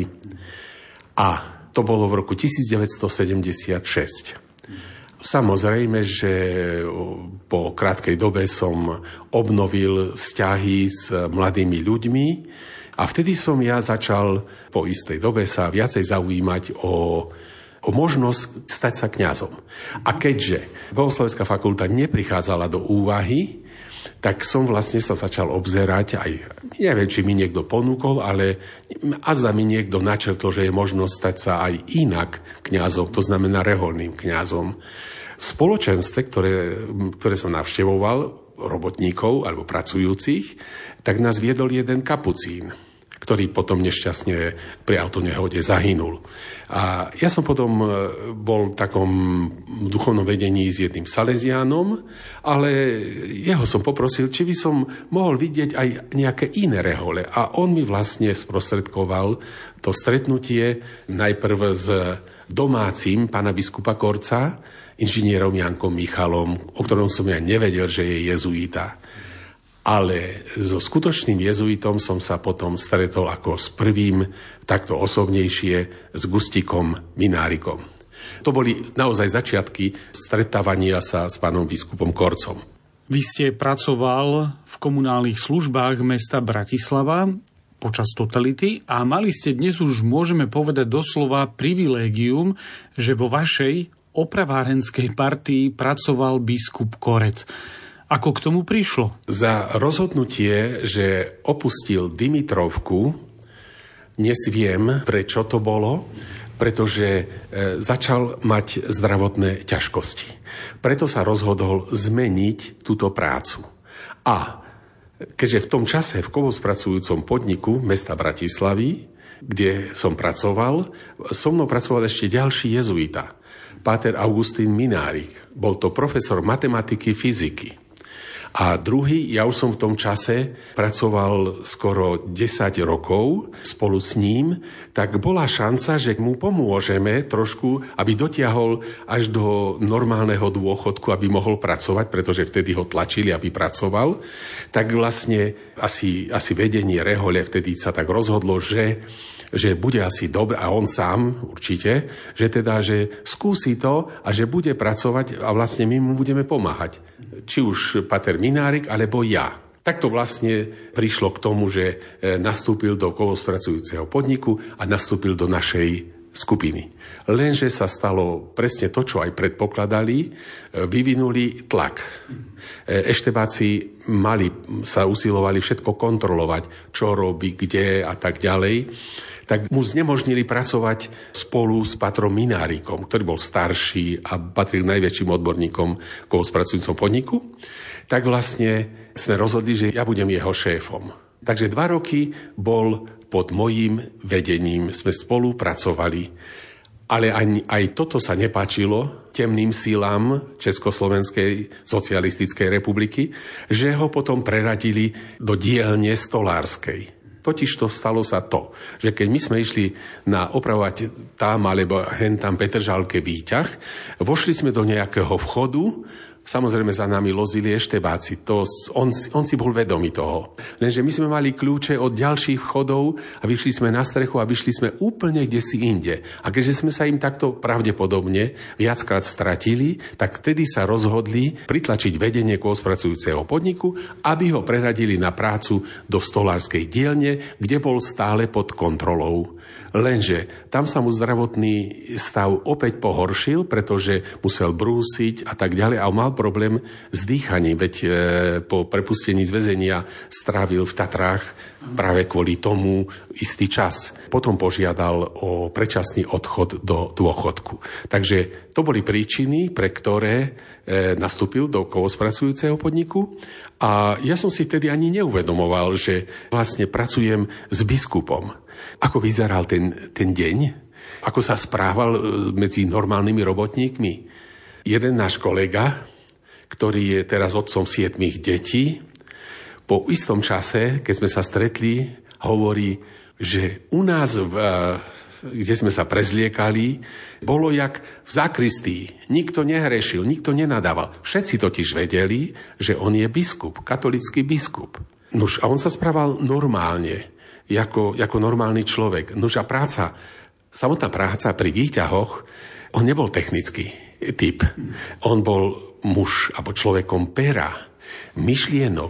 A to bolo v roku devätnásťsedemdesiatšesť. Samozrejme, že po krátkej dobe som obnovil vzťahy s mladými ľuďmi a vtedy som ja začal po istej dobe sa viacej zaujímať o, o o možnosť stať sa kňazom. A keďže Bohoslovecká fakulta neprichádzala do úvahy, tak som vlastne sa začal obzerať aj, neviem, či mi niekto ponúkol, ale azda mi niekto načrtol, že je možnosť stať sa aj inak kňazom, to znamená reholným kňazom. V spoločenstve, ktoré, ktoré som navštevoval, robotníkov alebo pracujúcich, tak nás viedol jeden kapucín, ktorý potom nešťastne pri autonehode zahynul. A ja som potom bol v takom duchovnom vedení s jedným Salesiánom, ale jeho som poprosil, či by som mohol vidieť aj nejaké iné rehole. A on mi vlastne sprostredkoval to stretnutie najprv s domácim pána biskupa Korca, inžinierom Jankom Michalom, o ktorom som ja nevedel, že je jezuita. Ale so skutočným jezuitom som sa potom stretol ako s prvým, takto osobnejšie, s Gustikom Minárikom. To boli naozaj začiatky stretávania sa s pánom biskupom Korcom. Vy ste pracoval v komunálnych službách mesta Bratislava počas totality a mali ste dnes už, môžeme povedať doslova, privilégium, že vo vašej opravárenskej partii pracoval biskup Korec. Ako k tomu prišlo? Za rozhodnutie, že opustil Dimitrovku, dnes viem, prečo to bolo, pretože začal mať zdravotné ťažkosti. Preto sa rozhodol zmeniť túto prácu. A keďže v tom čase v kovospracujúcom podniku mesta Bratislavy, kde som pracoval, so mnou pracoval ešte ďalší jezuita, páter Augustín Minárik. Bol to profesor matematiky, fyziky. A druhý, ja už som v tom čase pracoval skoro desať rokov spolu s ním, tak bola šanca, že mu pomôžeme trošku, aby dotiahol až do normálneho dôchodku, aby mohol pracovať, pretože vtedy ho tlačili, aby pracoval. Tak vlastne asi, asi vedenie rehole vtedy sa tak rozhodlo, že že bude asi dobre, a on sám určite, že teda, že skúsi to a že bude pracovať a vlastne my mu budeme pomáhať. Či už pater Minárik, alebo ja. Takto vlastne prišlo k tomu, že nastúpil do kovospracujúceho podniku a nastúpil do našej skupiny. Lenže sa stalo presne to, čo aj predpokladali, vyvinuli tlak. Eštebáci mali, sa usilovali všetko kontrolovať, čo robí, kde a tak ďalej. Tak mu znemožnili pracovať spolu s patrom Minárikom, ktorý bol starší a patril najväčším odborníkom v kovospracujúcom podniku. Tak vlastne sme rozhodli, že ja budem jeho šéfom. Takže dva roky bol pod mojím vedením, sme spolu pracovali. Ale aj, aj toto sa nepáčilo temným sílám Československej socialistickej republiky, že ho potom preradili do dielne stolárskej. Totiž to stalo sa to, že keď my sme išli na opravovať tam alebo hen tam Petržalke výťah, vošli sme do nejakého vchodu, samozrejme za nami lozili eštebáci, to, on, on si bol vedomý toho. Lenže my sme mali kľúče od ďalších vchodov a vyšli sme na strechu a vyšli sme úplne kdesi inde. A keďže sme sa im takto pravdepodobne viackrát stratili, tak vtedy sa rozhodli pritlačiť vedenie kovospracujúceho podniku, aby ho preradili na prácu do stolárskej dielne, kde bol stále pod kontrolou. Lenže tam sa mu zdravotný stav opäť pohoršil, pretože musel brúsiť a tak ďalej a mal problém s dýchaním, veď e, po prepustení z väzenia strávil v Tatrách práve kvôli tomu istý čas. Potom požiadal o predčasný odchod do dôchodku. Takže to boli príčiny, pre ktoré e, nastúpil do kovospracujúceho podniku a ja som si vtedy ani neuvedomoval, že vlastne pracujem s biskupom. Ako vyzeral ten, ten deň? Ako sa správal medzi normálnymi robotníkmi? Jeden náš kolega, ktorý je teraz otcom siedmich detí, po istom čase, keď sme sa stretli, hovorí, že u nás, v, kde sme sa prezliekali, bolo jak v zakristii. Nikto nehrešil, nikto nenadával. Všetci totiž vedeli, že on je biskup, katolický biskup. Nuž, a on sa správal normálne. Ako, ako normálny človek. Nož a práca, samotná práca pri výťahoch, on nebol technický typ. On bol muž, alebo človekom pera, myšlienok,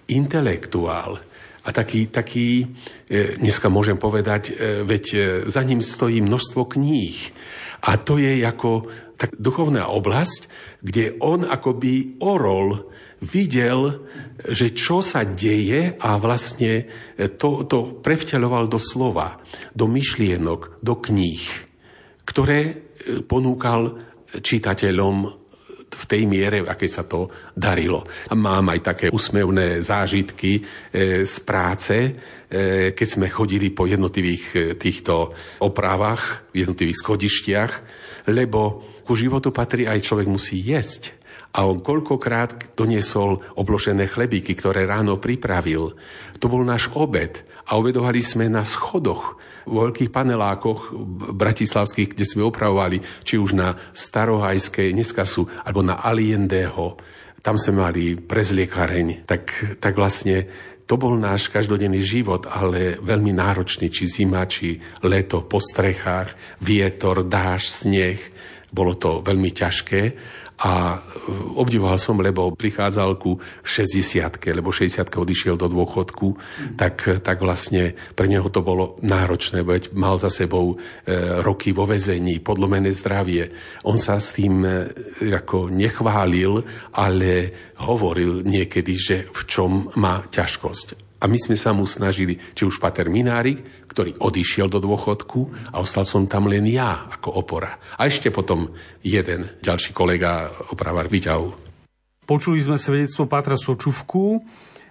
intelektuál a taký, taký e, dneska môžem povedať, e, veď e, za ním stojí množstvo kníh A to je ako tak duchovná oblasť, kde on akoby orol videl, že čo sa deje a vlastne to, to prevťaľoval do slova, do myšlienok, do kníh, ktoré ponúkal čitateľom v tej miere, aké sa to darilo. Mám aj také úsmevné zážitky z práce, keď sme chodili po jednotlivých týchto opravách, v jednotlivých schodištiach, lebo ku životu patrí aj človek musí jesť. A on koľkokrát doniesol obložené chlebíky, ktoré ráno pripravil. To bol náš obed. A obedovali sme na schodoch, vo veľkých panelákoch bratislavských, kde sme opravovali, či už na Starohajskej, dneska sú, alebo na Aliendeho. Tam sme mali prezliekareň. Tak, tak vlastne to bol náš každodenný život, ale veľmi náročný, či zima, či leto, po strechách, vietor, dážď, sneh. Bolo to veľmi ťažké a obdivoval som, lebo prichádzal ku šesťdesiatke, lebo šesťdesiatke odišiel do dôchodku, mm. tak, tak vlastne pre neho to bolo náročné, veď mal za sebou e, roky vo väzení, podlomené zdravie. On sa s tým e, ako nechválil, ale hovoril niekedy, že v čom má ťažkosť. A my sme sa mu snažili, či už pater Minárik, ktorý odišiel do dôchodku a ostal som tam len ja ako opora. A ešte potom jeden ďalší kolega, opravár výťahov. Počuli sme svedectvo pátra Sočuvku. Uh,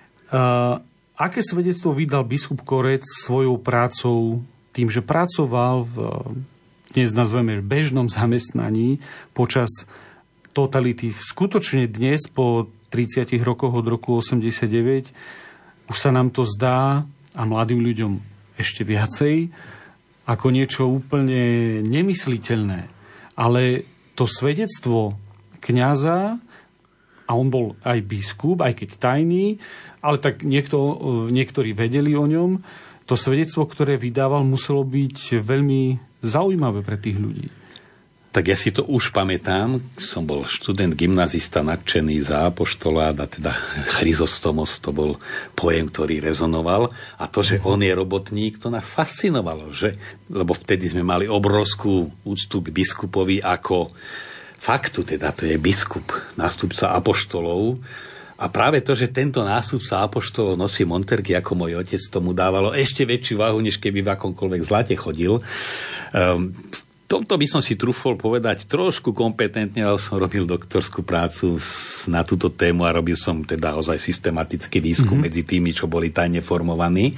aké svedectvo vydal biskup Korec svojou prácou, tým, že pracoval v, dnes nazveme, bežnom zamestnaní počas totality? Skutočne dnes, po tridsiatich rokoch od roku osemdesiatdeväť, už sa nám to zdá, a mladým ľuďom ešte viacej, ako niečo úplne nemysliteľné. Ale to svedectvo kňaza, a on bol aj biskup, aj keď tajný, ale tak niekto, niektorí vedeli o ňom, to svedectvo, ktoré vydával, muselo byť veľmi zaujímavé pre tých ľudí. Tak ja si to už pamätám, som bol študent, gymnazista, nadšený za apoštolát a teda Chryzostomos, to bol pojem, ktorý rezonoval. A to, že on je robotník, to nás fascinovalo, že? Lebo vtedy sme mali obrovskú úctu k biskupovi ako faktu, teda to je biskup, nástupca apoštolov. A práve to, že tento nástupca apoštolov nosí monterky ako môj otec, tomu dávalo ešte väčšiu váhu, než keby v akomkoľvek zlate chodil. Um, tomto by som si trúfol povedať trošku kompetentne, ale som robil doktorskú prácu na túto tému a robil som teda ozaj systematický výskum mm-hmm. medzi tými, čo boli tajne formovaní.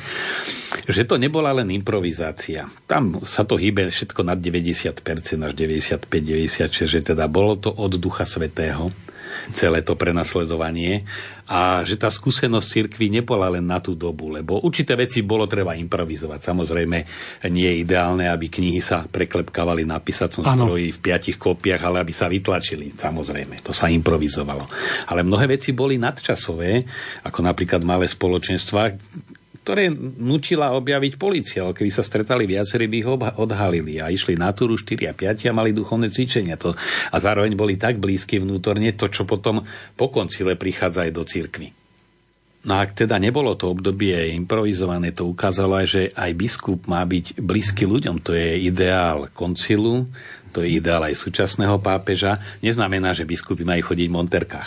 Že to nebola len improvizácia. Tam sa to hýbe všetko nad deväťdesiat percent až deväťdesiatpäť deväťdesiatšesť, že teda bolo to od Ducha Svätého, celé to prenasledovanie, a že tá skúsenosť cirkvi nebola len na tú dobu, lebo určité veci bolo treba improvizovať. Samozrejme, nie je ideálne, aby knihy sa preklepkávali na písacom stroji v piatich kópiach, ale aby sa vytlačili. Samozrejme, to sa improvizovalo. Ale mnohé veci boli nadčasové, ako napríklad malé spoločenstva, ktoré nutila objaviť polícia. Keby sa stretali viacerí, by ich odhalili a išli na túru štyri a päť a mali duchovné cvičenia. To, a zároveň boli tak blízky vnútorne, to, čo potom po koncile prichádza aj do cirkvi. No a ak teda nebolo to obdobie improvizované, to ukázalo aj, že aj biskup má byť blízky ľuďom. To je ideál koncilu, to je ideál aj súčasného pápeža. Neznamená, že biskupy majú chodiť v monterkách.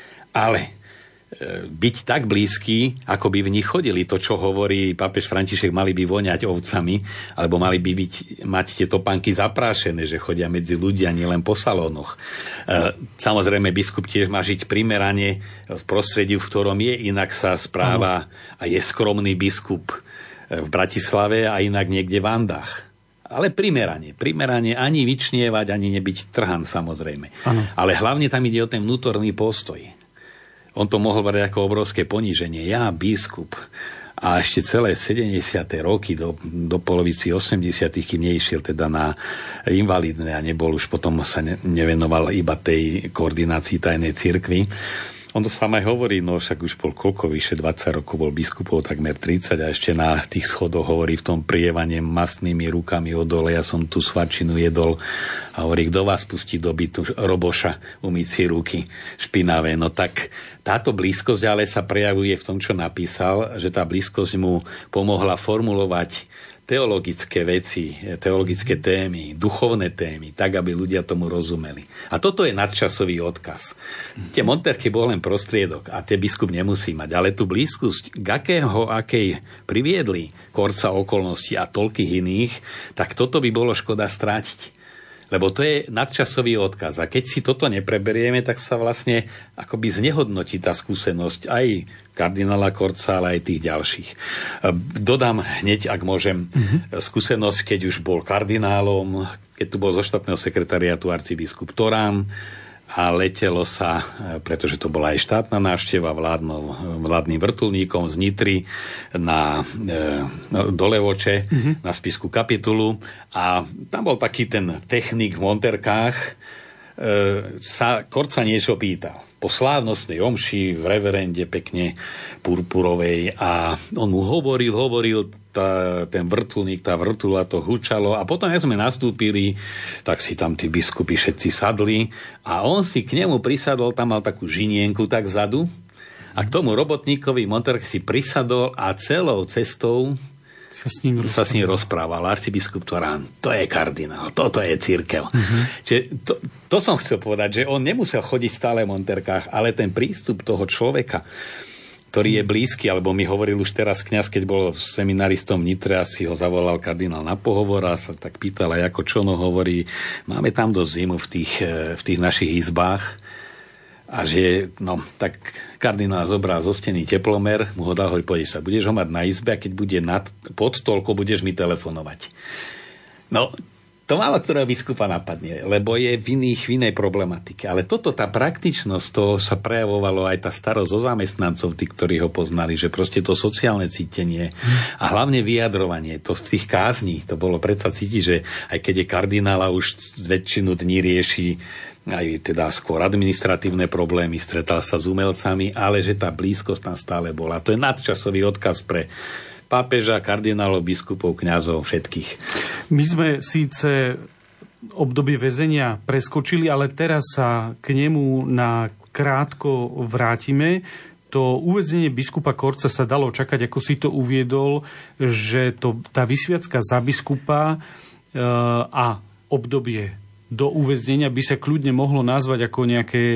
Ale byť tak blízky, ako by v nich chodili. To, čo hovorí pápež František, mali by voňať ovcami, alebo mali by byť, mať tie topánky zaprášené, že chodia medzi ľudia, nielen po salónoch. Samozrejme, biskup tiež má žiť primerane v prostredí, v ktorom je, inak sa správa a je skromný biskup v Bratislave a inak niekde v Andách. Ale primerane, primerane ani vyčnievať, ani nebyť trhan, samozrejme. Ano. Ale hlavne tam ide o ten vnútorný postoj. On to mohol brať ako obrovské poníženie. Ja, biskup, a ešte celé sedemdesiate roky do, do polovici osemdesiatych, kým neišiel teda na invalidné a nebol už potom sa ne, nevenoval iba tej koordinácii tajnej cirkvi. On to sám aj hovorí, no však už bol koľko, vyše dvadsať rokov bol biskupov, takmer tridsať, a ešte na tých schodoch hovorí v tom prievane mastnými rukami od dole, ja som tú svačinu jedol, a hovorí, kto vás pustí do bytu roboša, umyť si ruky špinavé. No tak táto blízkosť ale sa prejavuje v tom, čo napísal, že tá blízkosť mu pomohla formulovať teologické veci, teologické témy, duchovné témy, tak, aby ľudia tomu rozumeli. A toto je nadčasový odkaz. Tie monterky bol len prostriedok a tie biskup nemusí mať, ale tú blízkosť, k akého, akej priviedli Korca okolností a toľkých iných, tak toto by bolo škoda strátiť. Lebo to je nadčasový odkaz. A keď si toto nepreberieme, tak sa vlastne akoby znehodnotí tá skúsenosť aj kardinála Korca, ale aj tých ďalších. Dodám hneď, ak môžem, mm-hmm. skúsenosť, keď už bol kardinálom, keď tu bol zo štátneho sekretariátu arcibiskup Torán, a letelo sa, pretože to bola aj štátna návšteva vládnou, vládnym vrtuľníkom z Nitry na, e, do Levoče, mm-hmm. na Spišskú kapitulu a tam bol taký ten technik v monterkách, e, sa Korca niečo pýtal. Po slávnostnej omši v reverende pekne purpurovej a on mu hovoril, hovoril, tá, ten vrtuľník, tá vrtuľa to hučalo a potom, keď sme nastúpili, tak si tam tí biskupy všetci sadli a on si k nemu prisadol, tam mal takú žinienku tak vzadu a k tomu robotníkovi monterk si prisadol a celou cestou sa s ním, sa s ním rozprával. Arcibiskup Torán, to je kardinál, toto je cirkev. Uh-huh. Čiže to, to som chcel povedať, že on nemusel chodiť stále v monterkách, ale ten prístup toho človeka, ktorý je blízky, alebo mi hovoril už teraz kňaz, keď bol seminaristom v Nitre a si ho zavolal kardinál na pohovor a sa tak pýtal aj ako čo no hovorí, máme tam dosť zimu v tých, v tých našich izbách. A že, no, tak kardinál zobral zo steny teplomer, mu ho dal, hoď pôjdeš sa, budeš ho mať na izbe a keď bude nad, pod stolkou, budeš mi telefonovať. No, to málo ktorého biskupa napadne, lebo je v, iných, v inej problematike. Ale toto, tá praktičnosť, to sa prejavovalo aj tá starosť o zamestnancov, tí, ktorí ho poznali, že proste to sociálne cítenie a hlavne vyjadrovanie, to z tých kázní, to bolo predsa cítiť, že aj keď je kardinála už z väčšinu dní rieši aj teda skôr administratívne problémy, stretal sa s umelcami, ale že tá blízkosť tam stále bola. To je nadčasový odkaz pre pápeža, kardinálov, biskupov, kňazov, všetkých. My sme síce obdobie väzenia preskočili, ale teraz sa k nemu na krátko vrátime. To uväznenie biskupa Korca sa dalo čakať, ako si to uviedol, že to, tá vysviacka za biskupa e, a obdobie do uväznenia by sa kľudne mohlo nazvať ako nejaké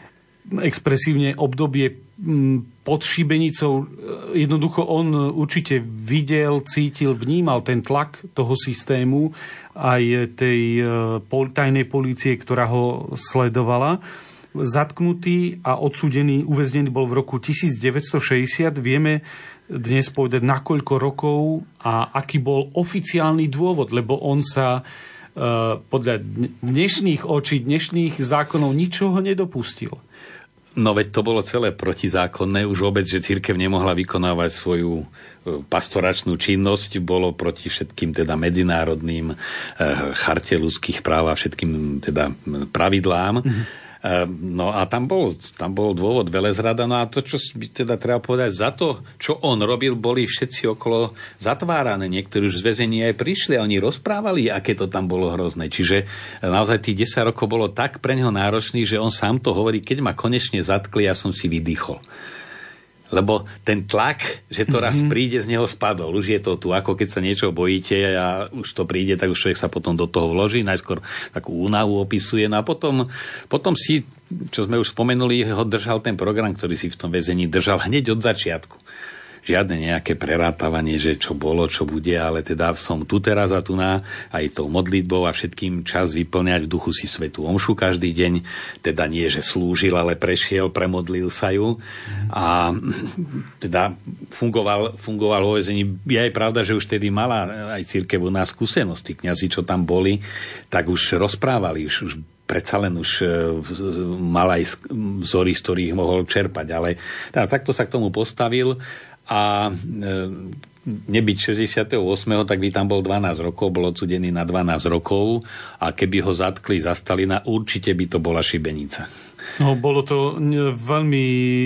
expresívne obdobie pod šibenicou. Jednoducho on určite videl, cítil, vnímal ten tlak toho systému aj tej tajnej polície, ktorá ho sledovala. Zatknutý a odsúdený, uväznený bol v roku devätnásťstošesťdesiat. Vieme dnes povedať, na koľko rokov a aký bol oficiálny dôvod, lebo on sa podľa dnešných očí, dnešných zákonov ničoho nedopustil. No veď to bolo celé protizákonné. Už vôbec, že cirkev nemohla vykonávať svoju pastoračnú činnosť, bolo proti všetkým teda medzinárodným charte ľudských práv a všetkým teda pravidlám. Mm-hmm. No a tam bol, tam bol dôvod velezrada. No a to, čo by teda treba povedať, za to, čo on robil, boli všetci okolo zatvárané. Niektorí už z väzenia aj prišli a oni rozprávali, aké to tam bolo hrozné. Čiže naozaj tých desať rokov bolo tak pre neho náročný, že on sám to hovorí, keď ma konečne zatkli, ja som si vydýchol. Lebo ten tlak, že to raz príde, z neho spadol. Už je to tu, ako keď sa niečo bojíte a už to príde, tak už človek sa potom do toho vloží. Najskôr takú únavu opisuje. No a potom, potom si, čo sme už spomenuli, ho držal ten program, ktorý si v tom väzení držal hneď od začiatku. Žiadne nejaké prerátavanie, že čo bolo, čo bude, ale teda som tu teraz a tu na aj tou modlitbou a všetkým čas vyplňať v duchu si svätú omšu každý deň. Teda nie, že slúžil, ale prešiel, premodlil sa ju. A teda fungoval, fungoval vo väzení. Je aj pravda, že už tedy mala aj cirkev u nás skúsenosti. Kňazi, čo tam boli, tak už rozprávali, už, už predsa len už mal aj vzory, z ktorých mohol čerpať. Ale teda, takto sa k tomu postavil. A e, nebyť šesťdesiateho ôsmeho tak by tam bol dvanásť rokov, bol odsudený na dvanásť rokov a keby ho zatkli za Stalina, určite by to bola šibenica. No, bolo to veľmi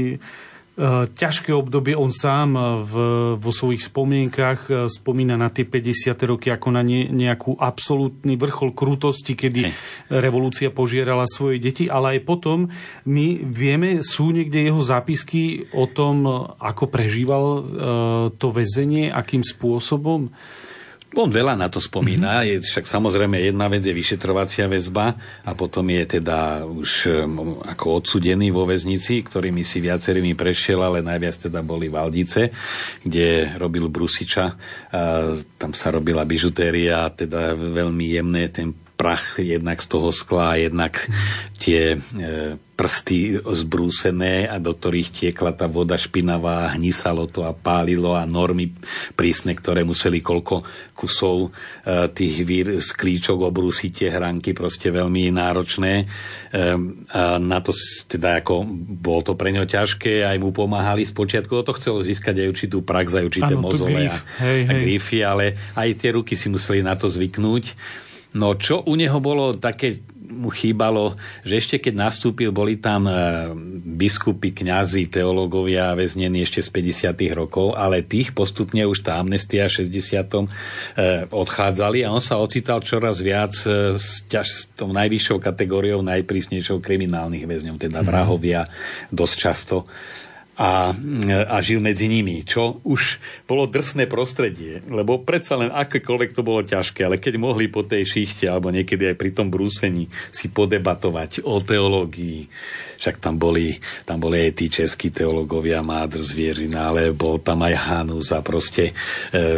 ťažké obdobie. On sám v, vo svojich spomienkach spomína na tie päťdesiate roky ako na ne, nejakú absolútny vrchol krutosti, kedy Hej. revolúcia požierala svoje deti, ale aj potom my vieme, sú niekde jeho zápisky o tom, ako prežíval uh, to väzenie, akým spôsobom? On veľa na to spomína, mm-hmm. je však samozrejme jedna vec je vyšetrovacia väzba a potom je teda už um, ako odsudený vo väznici, ktorými si viacerými prešiel, ale najviac teda boli Valdice, kde robil Brusiča, a tam sa robila bižutéria, teda veľmi jemné, ten prach jednak z toho skla, jednak tie e, prsty zbrúsené a do ktorých tiekla tá voda špinavá, hnisalo to a pálilo a normy prísne, ktoré museli koľko kusov e, tých vír, sklíčok obrúsiť tie hranky, proste veľmi náročné. E, a na to teda ako bolo to pre ňo ťažké, aj mu pomáhali spočiatku, to chcelo získať aj určitú prax, aj určité ano, mozole a, hej, a grify, ale aj tie ruky si museli na to zvyknúť. No čo u neho bolo také, mu chýbalo, že ešte keď nastúpil, boli tam e, biskupy, kňazi, teológovia väznení ešte z päťdesiatych rokov, ale tých postupne už tá amnestia v šesťdesiatom E, odchádzali a on sa ocital čoraz viac e, s, ťaž, s tou najvyššou kategóriou, najprísnejšou kriminálnych väzňov, teda vrahovia dosť často. A, a žil medzi nimi, čo už bolo drsné prostredie, lebo predsa len akékoľvek to bolo ťažké, ale keď mohli po tej šichte alebo niekedy aj pri tom brúsení si podebatovať o teológii, však tam boli, tam boli aj tí českí teológovia, Mádr, Zvierina, ale bol tam aj Hanus a proste e,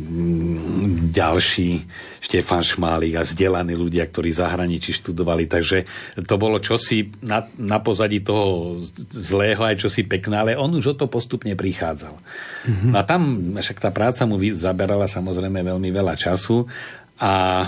ďalší, Štefan Šmálik a vzdelaní ľudia, ktorí v zahraničí študovali, takže to bolo čosi na, na pozadí toho zlého aj čosi pekné, ale on už o to postupne prichádzal. Mm-hmm. No a tam však tá práca mu zaberala samozrejme veľmi veľa času a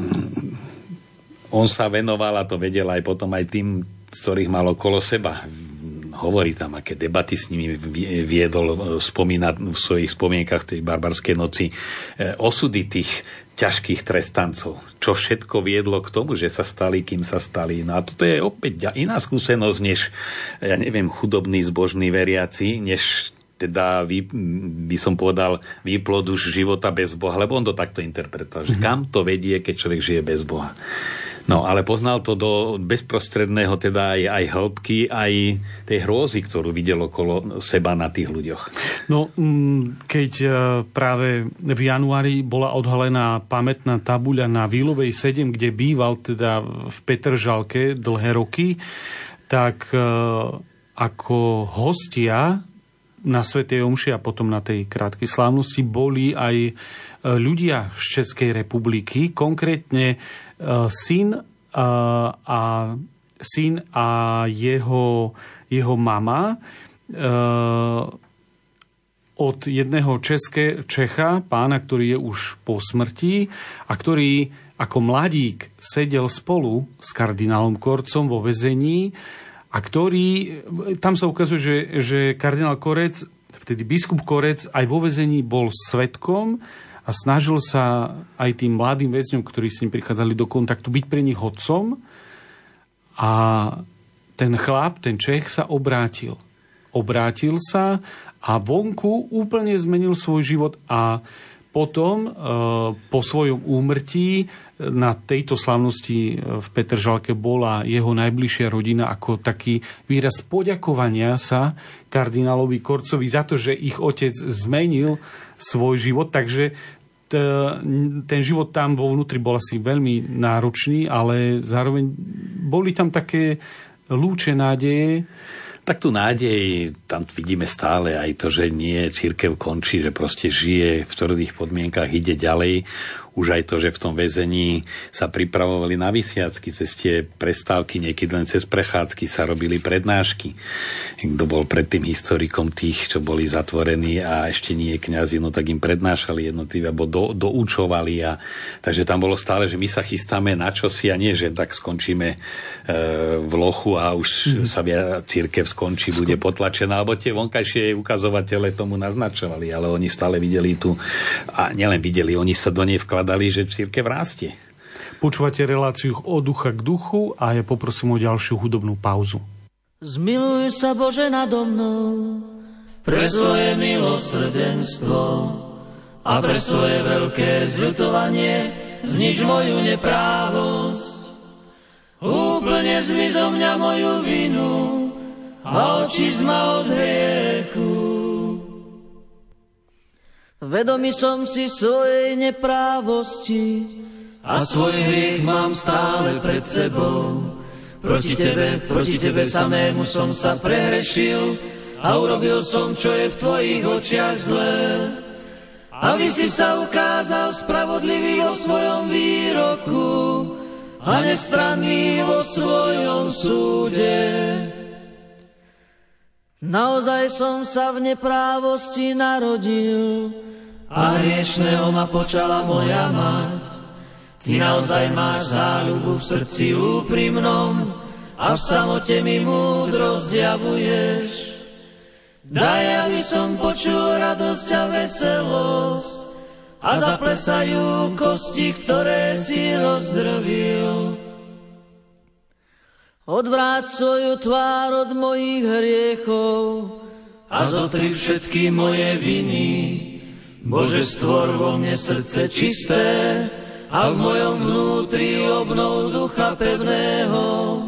mm, on sa venoval a to vedel aj potom aj tým, z ktorých mal okolo seba. Hovorí tam, aké debaty s nimi viedol, spomína v svojich spomienkach tej barbarskej noci osudy tých ťažkých trestancov. Čo všetko viedlo k tomu, že sa stali, kým sa stali. No a toto je opäť iná skúsenosť, než, ja neviem, chudobný, zbožný veriaci, než teda, vy, by som povedal, výplod už života bez Boha, lebo on to takto interpretoval, že kam to vedie, keď človek žije bez Boha. No, ale poznal to do bezprostredného, teda aj, aj hĺbky, aj tej hrôzy, ktorú videl okolo seba na tých ľuďoch. No, keď práve v januári bola odhalená pamätná tabuľa na Vílovej sedem, kde býval teda v Petržalke dlhé roky, tak ako hostia na svätej omši a potom na tej krátkej slávnosti boli aj ľudia z Českej republiky, konkrétne syn a, a syn a jeho, jeho mama e, od jedného české, Čecha, pána, ktorý je už po smrti a ktorý ako mladík sedel spolu s kardinálom Korcom vo väzení a ktorý, tam sa ukazuje, že, že kardinál Korec, vtedy biskup Korec aj vo väzení bol svedkom a snažil sa aj tým mladým väzňom, ktorí s ním prichádzali do kontaktu, byť pre nich otcom. A ten chlap, ten Čech sa obrátil. Obrátil sa a vonku úplne zmenil svoj život a potom e, po svojom úmrtí na tejto slavnosti v Petržalke bola jeho najbližšia rodina ako taký výraz poďakovania sa kardinálovi Korcovi za to, že ich otec zmenil svoj život, takže t- ten život tam vo vnútri bol asi veľmi náročný, ale zároveň boli tam také lúče nádeje. Tak tu nádej, tam vidíme stále aj to, že nie cirkev končí, že proste žije v tvrdých podmienkach, ide ďalej. Už aj to, že v tom väzení sa pripravovali na vysiacky, cez tie prestávky, niekedy len cez prechádzky sa robili prednášky. Kto bol predtým historikom tých, čo boli zatvorení a ešte nie kňazi, no tak im prednášali jednotlivé, alebo do, doučovali. A, takže tam bolo stále, že my sa chystáme na čosi a nie, že tak skončíme e, v lochu a už mm. sa via, cirkev skončí, bude potlačená, alebo tie vonkajšie ukazovatele tomu naznačovali, ale oni stále videli tu, a nielen videli, oni sa do nej vkladali, že cirkev rastie. Počúvate reláciu Od ducha k duchu a ja poprosím o ďalšiu hudobnú pauzu. Zmiluj sa, Bože, nado mnou pre svoje milosrdenstvo a pre svoje veľké zľutovanie znič moju neprávosť. Úplne zmiz zo mňa moju vinu a očísť ma od hriechu. Vedomý som si svojej neprávosti a svoj hriech mám stále pred sebou. Proti tebe, proti tebe samému som sa prehrešil a urobil som, čo je v tvojich očiach zlé. Aby si sa ukázal spravodlivý vo svojom výroku a nestranný vo svojom súde. Naozaj som sa v neprávosti narodil a hriešného ma počala moja mať. Ty naozaj máš záľubu v srdci úprimnom a v samote mi múdro zjavuješ. Daj, aby som počul radosť a veselosť a zaplesajú kosti, ktoré si rozdrvil. Odvráť svoju tvár od mojich hriechov a zotri všetky moje viny. Bože, stvor vo mne srdce čisté a v mojom vnútri obnov ducha pevného.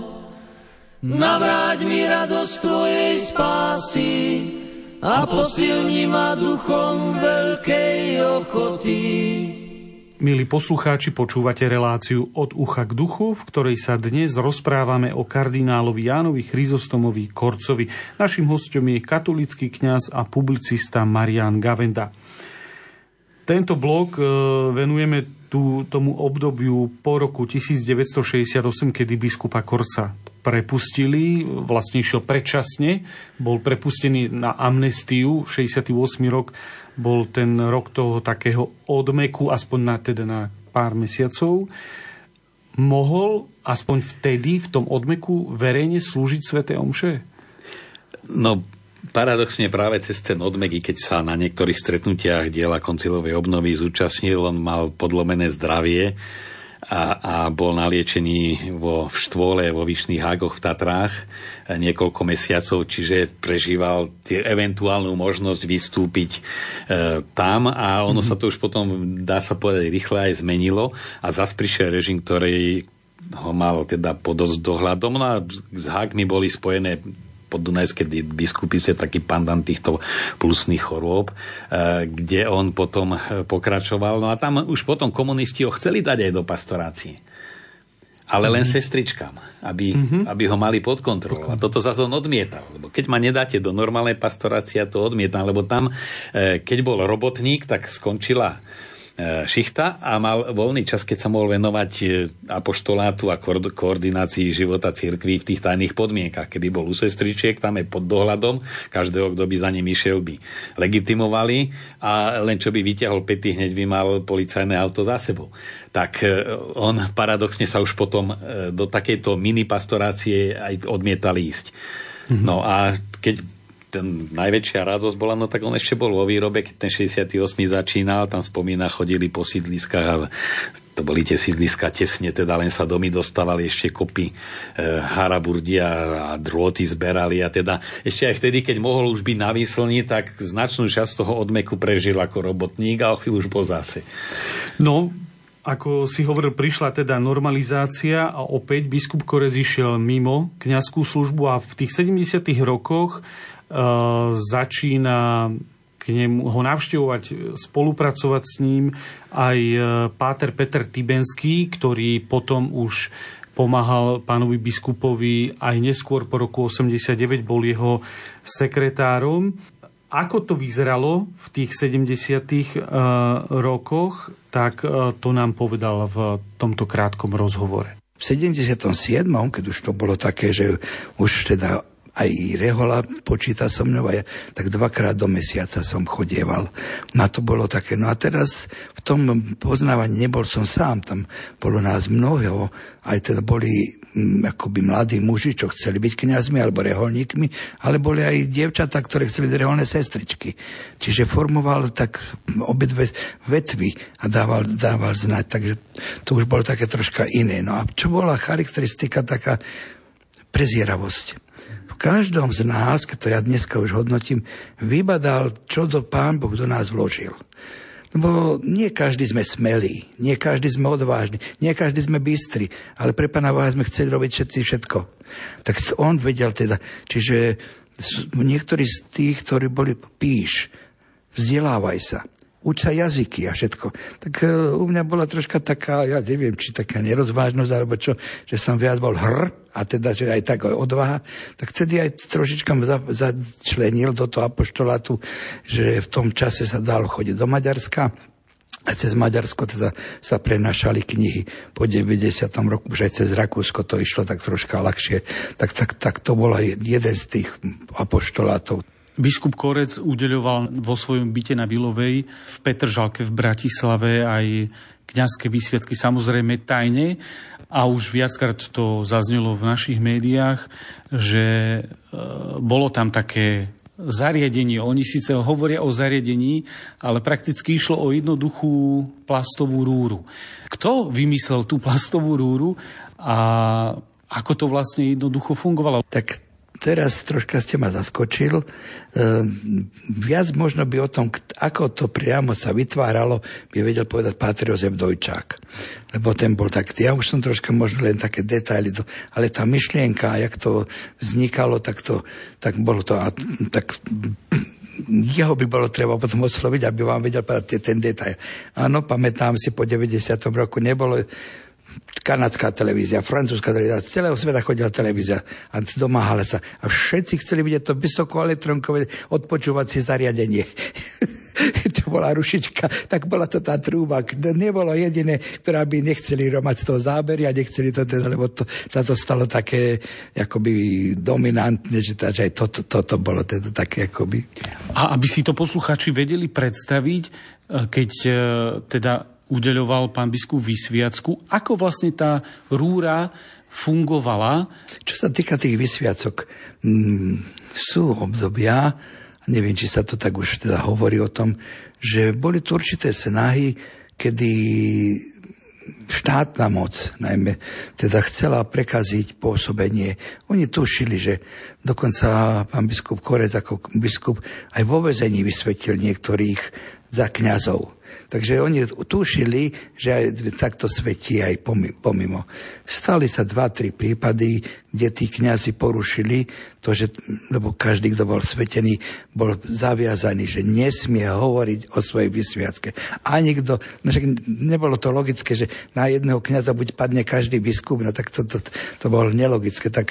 Navráť mi radosť tvojej spásy a posilni ma duchom veľkej ochoty. Milí poslucháči, počúvate reláciu Od ucha k duchu, v ktorej sa dnes rozprávame o kardinálovi Jánovi Chryzostomovi Korcovi. Naším hosťom je katolícky kňaz a publicista Marián Gavenda. Tento blok venujeme tú, tomu obdobiu po roku devätnásťstošesťdesiatosem, kedy biskupa Korca prepustili, vlastne išiel predčasne, bol prepustený na amnestiu, šesťdesiaty ôsmy rok bol ten rok toho takého odmeku, aspoň na, teda na pár mesiacov. Mohol aspoň vtedy, v tom odmeku, verejne slúžiť sväté omše? No, paradoxne práve cez ten odmek, keď sa na niektorých stretnutiach diela koncilovej obnovy zúčastnil, on mal podlomené zdravie a, a bol na liečení vo v Štvole, vo Vyšných Hágoch v Tatrách niekoľko mesiacov, čiže prežíval tie eventuálnu možnosť vystúpiť e, tam a ono mm-hmm. sa to už potom, dá sa povedať, rýchle aj zmenilo a zas prišiel režim, ktorý ho mal teda pod dohľadom. No a s Hágmi boli spojené poddunajské biskupice, taký pandant týchto plusných chorôb, kde on potom pokračoval. No a tam už potom komunisti ho chceli dať aj do pastorácie. Ale len mm-hmm. sestričkám, aby, mm-hmm. aby ho mali pod kontrolou. A toto zase on odmietal. Lebo keď ma nedáte do normálnej pastorácie, to odmietam. Lebo tam, keď bol robotník, tak skončila šichta a mal voľný čas, keď sa mohol venovať apoštolátu a koordinácii života cirkví v tých tajných podmienkach. Keby bol u sestričiek, tam je pod dohľadom, každého, kto by za ním išiel, by legitimovali a len čo by vyťahol päty, hneď by mal policajné auto za sebou. Tak on paradoxne sa už potom do takejto mini pastorácie aj odmietal ísť. Mm-hmm. No a keď ten najväčšia radosť bola, no tak on ešte bol vo výrobe, keď ten šesťdesiaty ôsmy začínal, tam spomína, chodili po sídliskách a to boli tie sídliska tesne, teda len sa domy dostávali, ešte kopy e, haraburdi a, a drôty zberali a teda ešte aj vtedy, keď mohol už byť na výslni, tak značnú časť toho odmeku prežil ako robotník a o chvíľu už bol zase. No, ako si hovoril, prišla teda normalizácia a opäť biskup Korec išiel mimo kňazskú službu a v tých sedemdesiatych rokoch Uh, začína k nemu ho navštevovať, spolupracovať s ním aj uh, páter Peter Tibenský, ktorý potom už pomáhal pánovi biskupovi aj neskôr po roku osemdesiatdeväť bol jeho sekretárom. Ako to vyzeralo v tých sedemdesiatych uh, rokoch, tak uh, to nám povedal v tomto krátkom rozhovore. V sedemdesiatom siedmom, keď už to bolo také, že už teda aj rehola počíta so mnou, ja, tak dvakrát do mesiaca som chodieval. Na to bolo také. No a teraz v tom poznávaní nebol som sám, tam bolo nás mnoho, aj teda boli m, akoby mladí muži, čo chceli byť kňazmi alebo reholníkmi, ale boli aj dievčatá, ktoré chceli byť reholné sestričky. Čiže formoval tak obidve vetvy a dával, dával znať, takže to už bolo také troška iné. No a čo bola charakteristika, taká prezieravosť. V každom z nás, keď to ja dneska už hodnotím, vybadal, čo do Pán Boh do nás vložil. Lebo nie každý sme smelí, nie každý sme odvážni, nie každý sme bystri, ale pre Pána Boha sme chceli robiť všetci všetko. Tak on vedel teda, čiže niektorí z tých, ktorí boli, píš, vzdelávaj sa, uč sa jazyky a všetko. Tak u mňa bola troška taká, ja neviem, či taká nerozvážnosť, alebo čo, že som viac bol hr, a teda, že aj tak odvaha, tak vtedy aj trošička za, začlenil do toho apoštolátu, že v tom čase sa dalo chodiť do Maďarska, a cez Maďarsko teda sa prenašali knihy. Po deväťdesiatom roku už aj cez Rakúsko to išlo tak troška ľahšie. Tak, tak, tak to bol jeden z tých apoštolátov. Biskup Korec udeľoval vo svojom byte na Vilovej v Petržalke v Bratislave aj kňazské vysviacky, samozrejme tajne. A už viackrát to zaznelo v našich médiách, že e, bolo tam také zariadenie. Oni síce hovoria o zariadení, ale prakticky išlo o jednoduchú plastovú rúru. Kto vymyslel tú plastovú rúru a ako to vlastne jednoducho fungovalo? Tak teraz troška ste ma zaskočil. E, viac možno by o tom, ako to priamo sa vytváralo, by vedel povedať páter Jozef Dojčák. Lebo ten bol tak, ja už som troška možno len také detaily, ale tá myšlienka, jak to vznikalo, tak to, tak bolo to, a, tak jeho by bolo treba potom osloviť, aby vám vedel povedať ten detail. Áno, pamätám si, po deväťdesiatom roku nebolo kanadská televízia, francúzska televízia, z celého sveta chodila televízia a domáhala sa. A všetci chceli vidieť to vysokoelektronkové odpočúvacie zariadenie. Čo bola rušička, tak bola to tá trúba. Nebolo jediné, ktorá by nechceli romať z toho zábery a nechceli to teda, lebo to, sa to stalo také akoby dominantné, že, tá, že aj toto to, to, to bolo teda také akoby. A aby si to poslucháči vedeli predstaviť, keď teda udeľoval pán biskup vysviacku, ako vlastne tá rúra fungovala? Čo sa týka tých vysviacok, m, sú obdobia, neviem, či sa to tak už teda hovorí o tom, že boli tu určité snahy, kedy štátna moc, najmä, teda chcela prekaziť pôsobenie. Oni tušili, že dokonca pán biskup Korec ako biskup aj vo väzení vysvetil niektorých za kňazov. Takže oni tušili, že aj takto svetí aj pomimo. Stali sa dva, tri prípady, kde tí kňazi porušili to, že, lebo každý, kto bol svetený, bol zaviazaný, že nesmie hovoriť o svojej vysviacke. A nikto, no však nebolo to logické, že na jedného kňaza buď padne každý biskup, no tak to, to, to bolo nelogické. Tak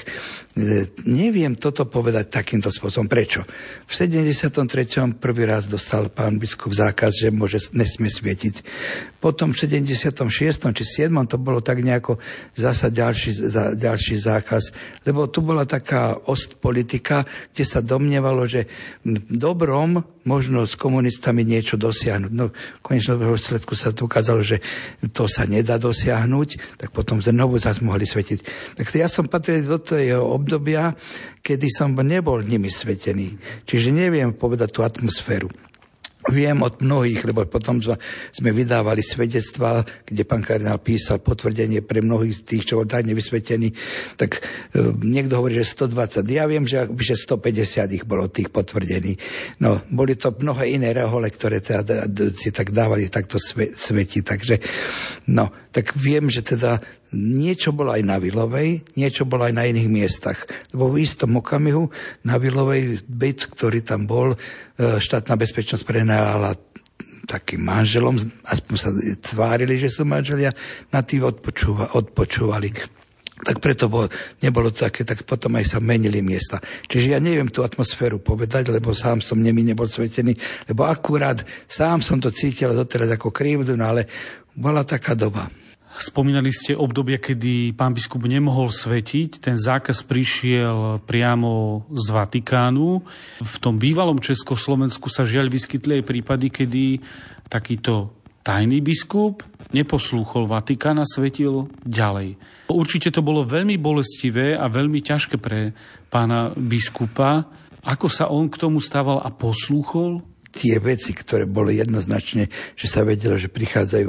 neviem toto povedať takýmto spôsobom. Prečo? V sedemdesiatom treťom prvý raz dostal pán biskup zákaz, že môže, nesmie svietiť. Potom v sedemdesiatom šiestom či siedmom to bolo tak nejako zasa ďalší, za, ďalší zákaz, lebo tu bola taká ostpolitika, kde sa domnievalo, že dobrom možno s komunistami niečo dosiahnuť. No v konečnom výsledku sa tu ukázalo, že to sa nedá dosiahnuť, tak potom znovu zase mohli svetiť. Tak ja som patril do toho obdobia, kedy som nebol nimi svetený. Čiže neviem povedať tú atmosféru. Viem od mnohých, lebo potom sme vydávali svedectvá, kde pán kardinál písal potvrdenie pre mnohých z tých, čo bol tak nevysvetení. Tak e, niekto hovorí, že stodvadsať. Ja viem, že, že stopäťdesiat ich bolo tých potvrdení. No, boli to mnohé iné rehole, ktoré teda si tak dávali takto sve, sveti. Takže, no, tak viem, že teda niečo bolo aj na Vilovej, niečo bolo aj na iných miestach. Lebo v istom okamihu na Vilovej byt, ktorý tam bol, štátna bezpečnosť prenajala takým manželom, aspoň sa tvárili, že sú manželia, na tým odpočúva, odpočúvali. Tak preto bolo, nebolo to také, tak potom aj sa menili miesta. Čiže ja neviem tú atmosféru povedať, lebo sám som nemi nebol svetený, lebo akurát sám som to cítil doteraz ako krivdu, no ale bola taká doba. Spomínali ste obdobie, kedy pán biskup nemohol svetiť. Ten zákaz prišiel priamo z Vatikánu. V tom bývalom Československu sa žiaľ vyskytli aj prípady, kedy takýto tajný biskup neposlúchol Vatikán a svetil ďalej. Určite to bolo veľmi bolestivé a veľmi ťažké pre pána biskupa. Ako sa on k tomu stával a poslúchol? Tie veci, ktoré boli jednoznačne, že sa vedelo, že prichádzajú...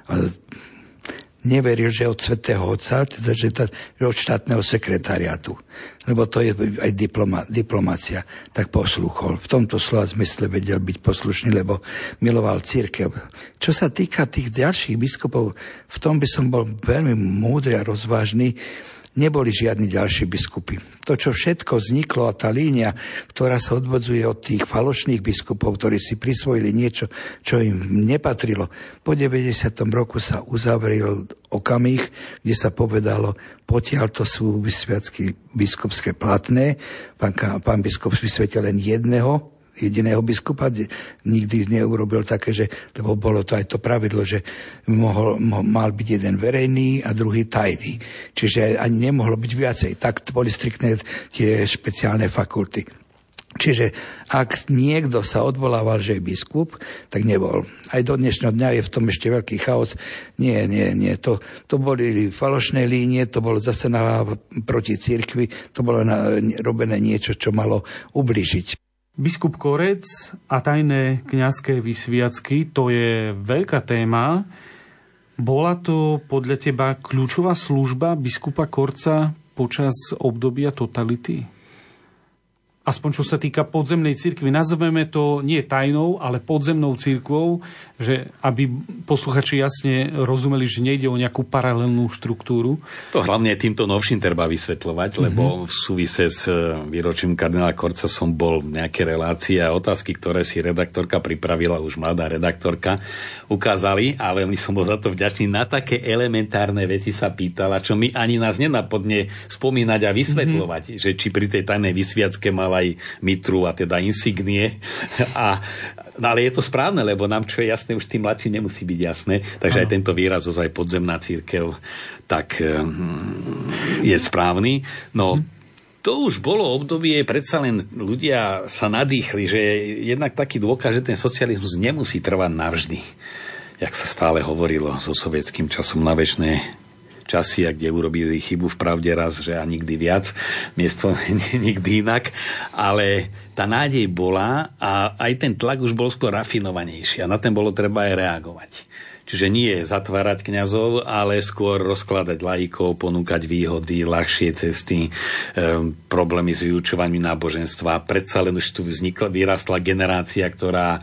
Neveril, že od svätého Otca, teda že, tá, že od štátneho sekretariátu. Lebo to je aj diploma, diplomácia. Tak poslúchol. V tomto slova zmysle vedel byť poslušný, lebo miloval cirkev. Čo sa týka tých ďalších biskupov, v tom by som bol veľmi múdry a rozvážny, neboli žiadni ďalší biskupy. To, čo všetko vzniklo a tá línia, ktorá sa odvodzuje od tých falošných biskupov, ktorí si prisvojili niečo, čo im nepatrilo. Po deväťdesiatom roku sa uzavrel okamih, kde sa povedalo, potiaľ to sú vysviacky biskupské platné, pán, pán biskup vysvetil len jedného, jediného biskupa, nikdy neurobil také, že, lebo bolo to aj to pravidlo, že mohol, mo, mal byť jeden verejný a druhý tajný. Čiže ani nemohlo byť viacej. Tak boli striktné tie špeciálne fakulty. Čiže ak niekto sa odvolával, že je biskup, tak nebol. Aj do dnešného dňa je v tom ešte veľký chaos. Nie, nie, nie. To, to boli falošné línie, to bolo zase na, proti cirkvi, to bolo na, robené niečo, čo malo ubližiť. Biskup Korec a tajné kňazské vysviacky, to je veľká téma. Bola to podľa teba kľúčová služba biskupa Korca počas obdobia totality? Aspoň čo sa týka podzemnej cirkvi, nazveme to nie tajnou, ale podzemnou cirkvou, že aby posluchači jasne rozumeli, že nejde o nejakú paralelnú štruktúru. To hlavne týmto novším treba vysvetľovať, mm-hmm. lebo v súvise s výročím kardinála Korca som bol nejaké relácie a otázky, ktoré si redaktorka pripravila, už mladá redaktorka, ukázali, ale my som bol za to vďačný, na také elementárne veci sa pýtala, čo mi ani nás nenapodne spomínať a vysvetľovať, mm-hmm. že či pri tej tajnej vysviacke mal aj mitru a teda insignie. A, no ale je to správne, lebo nám, čo je jasné, už tým mladším nemusí byť jasné. Takže ano. Aj tento výraz, ozaj podzemná cirkev, tak je správny. No, to už bolo obdobie, predsa len ľudia sa nadýchli, že jednak taký dôkaz, že ten socializmus nemusí trvať navždy. Jak sa stále hovorilo so sovietským časom na večné časy, a kde urobili chybu v pravde raz, že a nikdy viac, miesto nikdy inak. Ale tá nádej bola a aj ten tlak už bol skôr rafinovanejší a na ten bolo treba aj reagovať. Čiže nie zatvárať kňazov, ale skôr rozkladať laikov, ponúkať výhody, ľahšie cesty, e, problémy s vyučovaním náboženstva. Predsa len už tu vznikla, vyrastla generácia, ktorá e,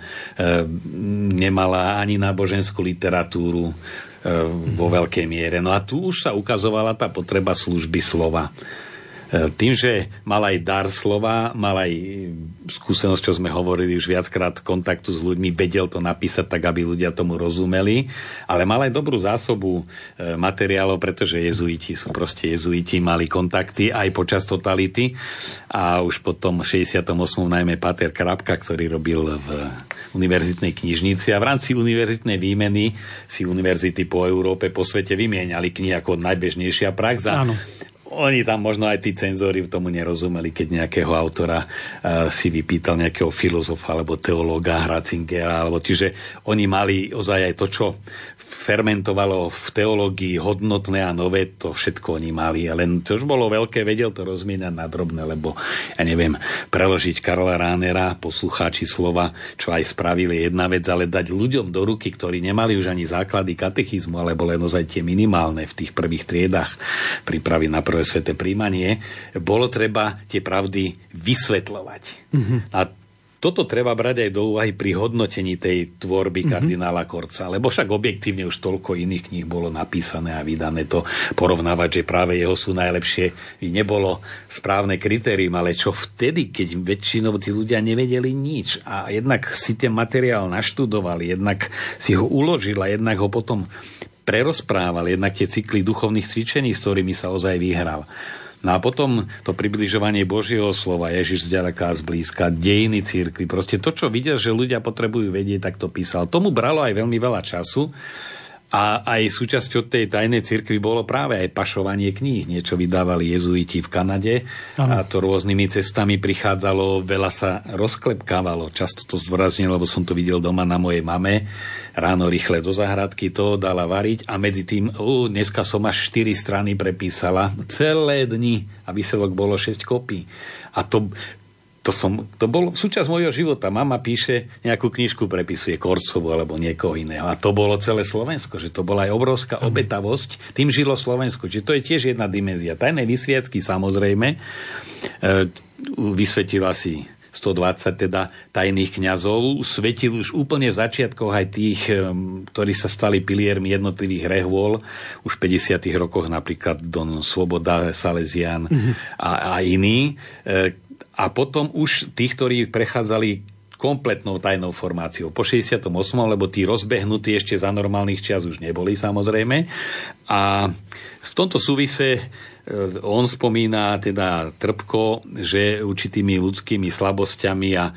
nemala ani náboženskú literatúru vo veľkej miere. No a tu už sa ukazovala tá potreba služby slova. Tým, že mal aj dar slova, mal aj skúsenosť, čo sme hovorili už viackrát, kontaktu s ľuďmi, vedel to napísať tak, aby ľudia tomu rozumeli, ale mal aj dobrú zásobu materiálov, pretože jezuiti sú proste jezuiti, mali kontakty aj počas totality a už potom v šesťdesiatom ôsmom najmä páter Krapka, ktorý robil v univerzitnej knižnici a v rámci univerzitnej výmeny si univerzity po Európe, po svete vymieniali knihy ako najbežnejšia prax a áno. Oni tam možno aj tí cenzori tomu nerozumeli, keď nejakého autora uh, si vypýtal nejakého filozofa alebo teológa Ratzingera, alebo čiže oni mali ozaj aj to, čo fermentovalo v teológii hodnotné a nové, to všetko oni mali. Len to už bolo veľké, vedel to rozmieniať na drobné, lebo ja neviem, preložiť Karla Ránera, poslucháči slova, čo aj spravili jedna vec, ale dať ľuďom do ruky, ktorí nemali už ani základy katechizmu, alebo len ozaj tie minimálne v tých prvých triedách prípravy na prvé sväté príjmanie, bolo treba tie pravdy vysvetľovať. Mm-hmm. A toto treba brať aj do úvahy pri hodnotení tej tvorby mm-hmm. kardinála Korca, lebo však objektívne už toľko iných kníh bolo napísané a vydané, to porovnávať, že práve jeho sú najlepšie, nebolo správne kritérium, ale čo vtedy, keď väčšinou tí ľudia nevedeli nič a jednak si ten materiál naštudovali, jednak si ho uložil a jednak ho potom prerozprával, jednak tie cykly duchovných cvičení, s ktorými sa ozaj vyhral. No a potom to približovanie Božieho slova, Ježiš zďaleka a zblízka, dejiny cirkvi, proste to, čo videl, že ľudia potrebujú vedieť, tak to písal. Tomu bralo aj veľmi veľa času a aj súčasťou tej tajnej cirkvi bolo práve aj pašovanie kníh. Niečo vydávali jezuiti v Kanade a to rôznymi cestami prichádzalo, veľa sa rozklepkávalo. Často to zdôraznilo, lebo som to videl doma na mojej mame. Ráno rýchle do záhradky, to dala variť a medzi tým, uh, dneska som až štyri strany prepísala, celé dni a výsledok bolo šesť kopí. A to, to, som, to bol súčasť môjho života. Mama píše, nejakú knižku prepisuje Korcovu alebo niekoho iného. A to bolo celé Slovensko, že to bola aj obrovská obetavosť. Tým žilo Slovensko. Čiže to je tiež jedna dimenzia. Tajné vysviacky samozrejme e, vysvetila si stodvadsať teda tajných kňazov. Svetil už úplne v začiatkoch aj tých, ktorí sa stali piliermi jednotlivých rehôl. Už v päťdesiatych rokoch napríklad Don Svoboda, Salesián mm-hmm. a, a iní. A potom už tí, ktorí prechádzali kompletnou tajnou formáciou po šesťdesiatom ôsmom, lebo tí rozbehnutí ešte za normálnych čias už neboli, samozrejme. A v tomto súvise on spomína teda Trpko, že určitými ľudskými slabosťami a e,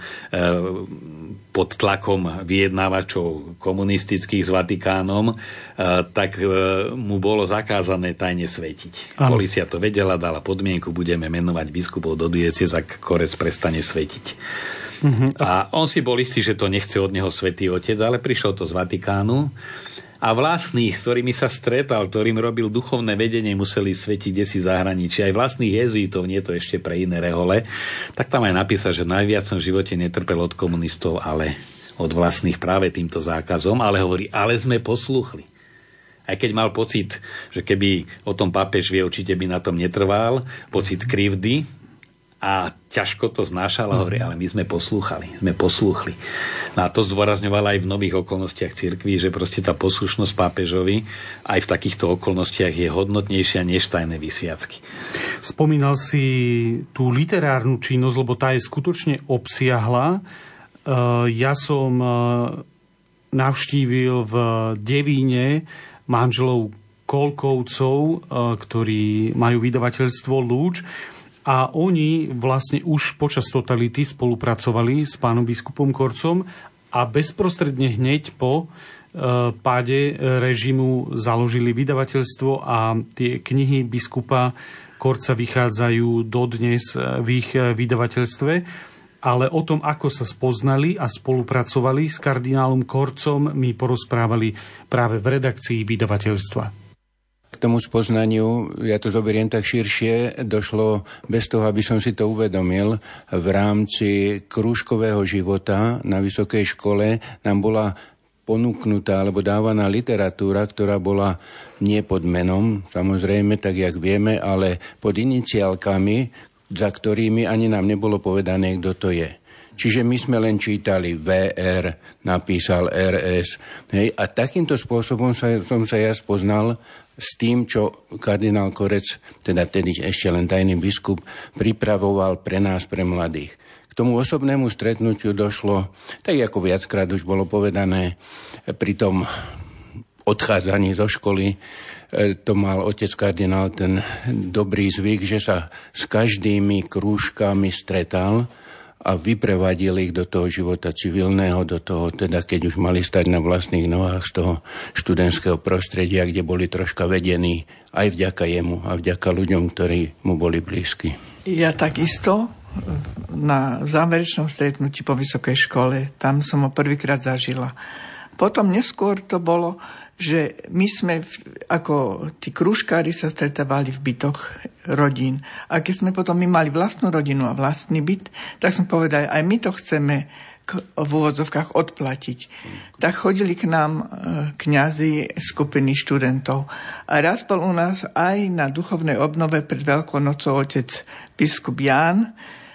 pod tlakom vyjednávačov komunistických s Vatikánom, e, tak e, mu bolo zakázané tajne svetiť. Ano. Polícia to vedela, dala podmienku, budeme menovať biskupov do diecéz, ak Korec prestane svetiť. Uh-huh. A on si bol istý, že to nechce od neho Svätý Otec, ale prišlo to z Vatikánu. A vlastných, s ktorými sa stretal, ktorým robil duchovné vedenie, museli svetiť desi zahraničí. Aj vlastných jezuitov, nie to ešte pre iné rehole. Tak tam aj napísal, že najviac som v živote netrpel od komunistov, ale od vlastných práve týmto zákazom. Ale hovorí, ale sme posluchli. Aj keď mal pocit, že keby o tom pápež vie, určite by na tom netrval, pocit krivdy, a ťažko to znášal a hovorí, ale my sme poslúchali, sme poslúchli. No a to zdôrazňovala aj v nových okolnostiach cirkvi, že proste tá poslušnosť pápežovi aj v takýchto okolnostiach je hodnotnejšia než tajné vysviacky. Spomínal si tú literárnu činnosť, lebo tá je skutočne obsiahla. Ja som navštívil v Devíne manželov Kolkovcov, ktorí majú vydavateľstvo Lúč. A oni vlastne už počas totality spolupracovali s pánom biskupom Korcom a bezprostredne hneď po e, páde režimu založili vydavateľstvo a tie knihy biskupa Korca vychádzajú dodnes v ich vydavateľstve. Ale o tom, ako sa spoznali a spolupracovali s kardinálom Korcom, mi porozprávali práve v redakcii vydavateľstva. K tomu spoznaniu, ja to zoberiem tak širšie, došlo bez toho, aby som si to uvedomil, v rámci krúžkového života na vysokej škole nám bola ponúknutá alebo dávaná literatúra, ktorá bola nie pod menom, samozrejme, tak jak vieme, ale pod iniciálkami, za ktorými ani nám nebolo povedané, kto to je. Čiže my sme len čítali vé er, napísal er es. Hej, a takýmto spôsobom sa, som sa ja spoznal s tým, čo kardinál Korec, teda tedy ešte len tajný biskup, pripravoval pre nás, pre mladých. K tomu osobnému stretnutiu došlo, tak ako viackrát už bolo povedané, pri tom odchádzaní zo školy, to mal otec kardinál ten dobrý zvyk, že sa s každými krúžkami stretal a vyprevadil ich do toho života civilného, do toho, teda keď už mali stať na vlastných nohách z toho študentského prostredia, kde boli troška vedení aj vďaka jemu a vďaka ľuďom, ktorí mu boli blízki. Ja takisto na záverečnom stretnutí po vysokej škole, tam som ho prvýkrát zažila. Potom neskôr to bolo, že my sme, ako tí krúžkári sa stretávali v bytoch rodín. A keď sme potom my mali vlastnú rodinu a vlastný byt, tak sme povedali, aj my to chceme v úvodzovkách odplatiť. Tak chodili k nám kňazi skupiny študentov. A raz bol u nás aj na duchovnej obnove pred Veľkou nocou otec biskup Ján.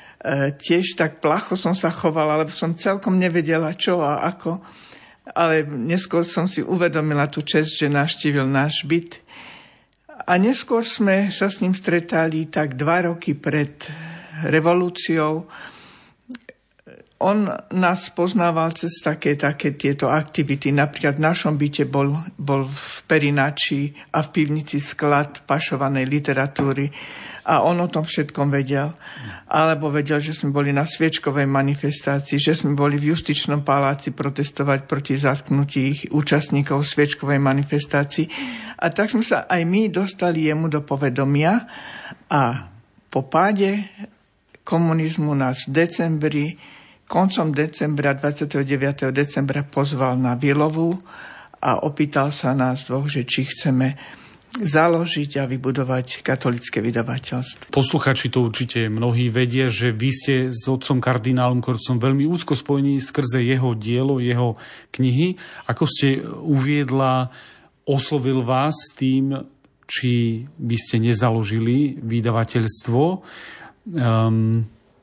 Tiež tak placho som sa chovala, lebo som celkom nevedela čo a ako. Ale neskôr som si uvedomila tú česť, že navštívil náš byt. A neskôr sme sa s ním stretali tak dva roky pred revolúciou. On nás poznával cez také, také tieto aktivity. Napríklad v našom byte bol, bol v Perinači a v pivnici sklad pašovanej literatúry. A on o tom všetkom vedel. Alebo vedel, že sme boli na sviečkovej manifestácii, že sme boli v Justičnom paláci protestovať proti zatknutí účastníkov sviečkovej manifestácii. A tak sme sa aj my dostali jemu do povedomia a po páde komunizmu nás v decembri, koncom decembra, dvadsiateho deviateho decembra pozval na Vilovu a opýtal sa nás dvoch, že či chceme založiť a vybudovať katolické vydavateľstvo. Posluchači to určite mnohí vedia, že vy ste s otcom kardinálom Korcom veľmi úzko spojení skrze jeho dielo, jeho knihy. Ako ste uviedla, oslovil vás tým, či by ste nezaložili vydavateľstvo. Um,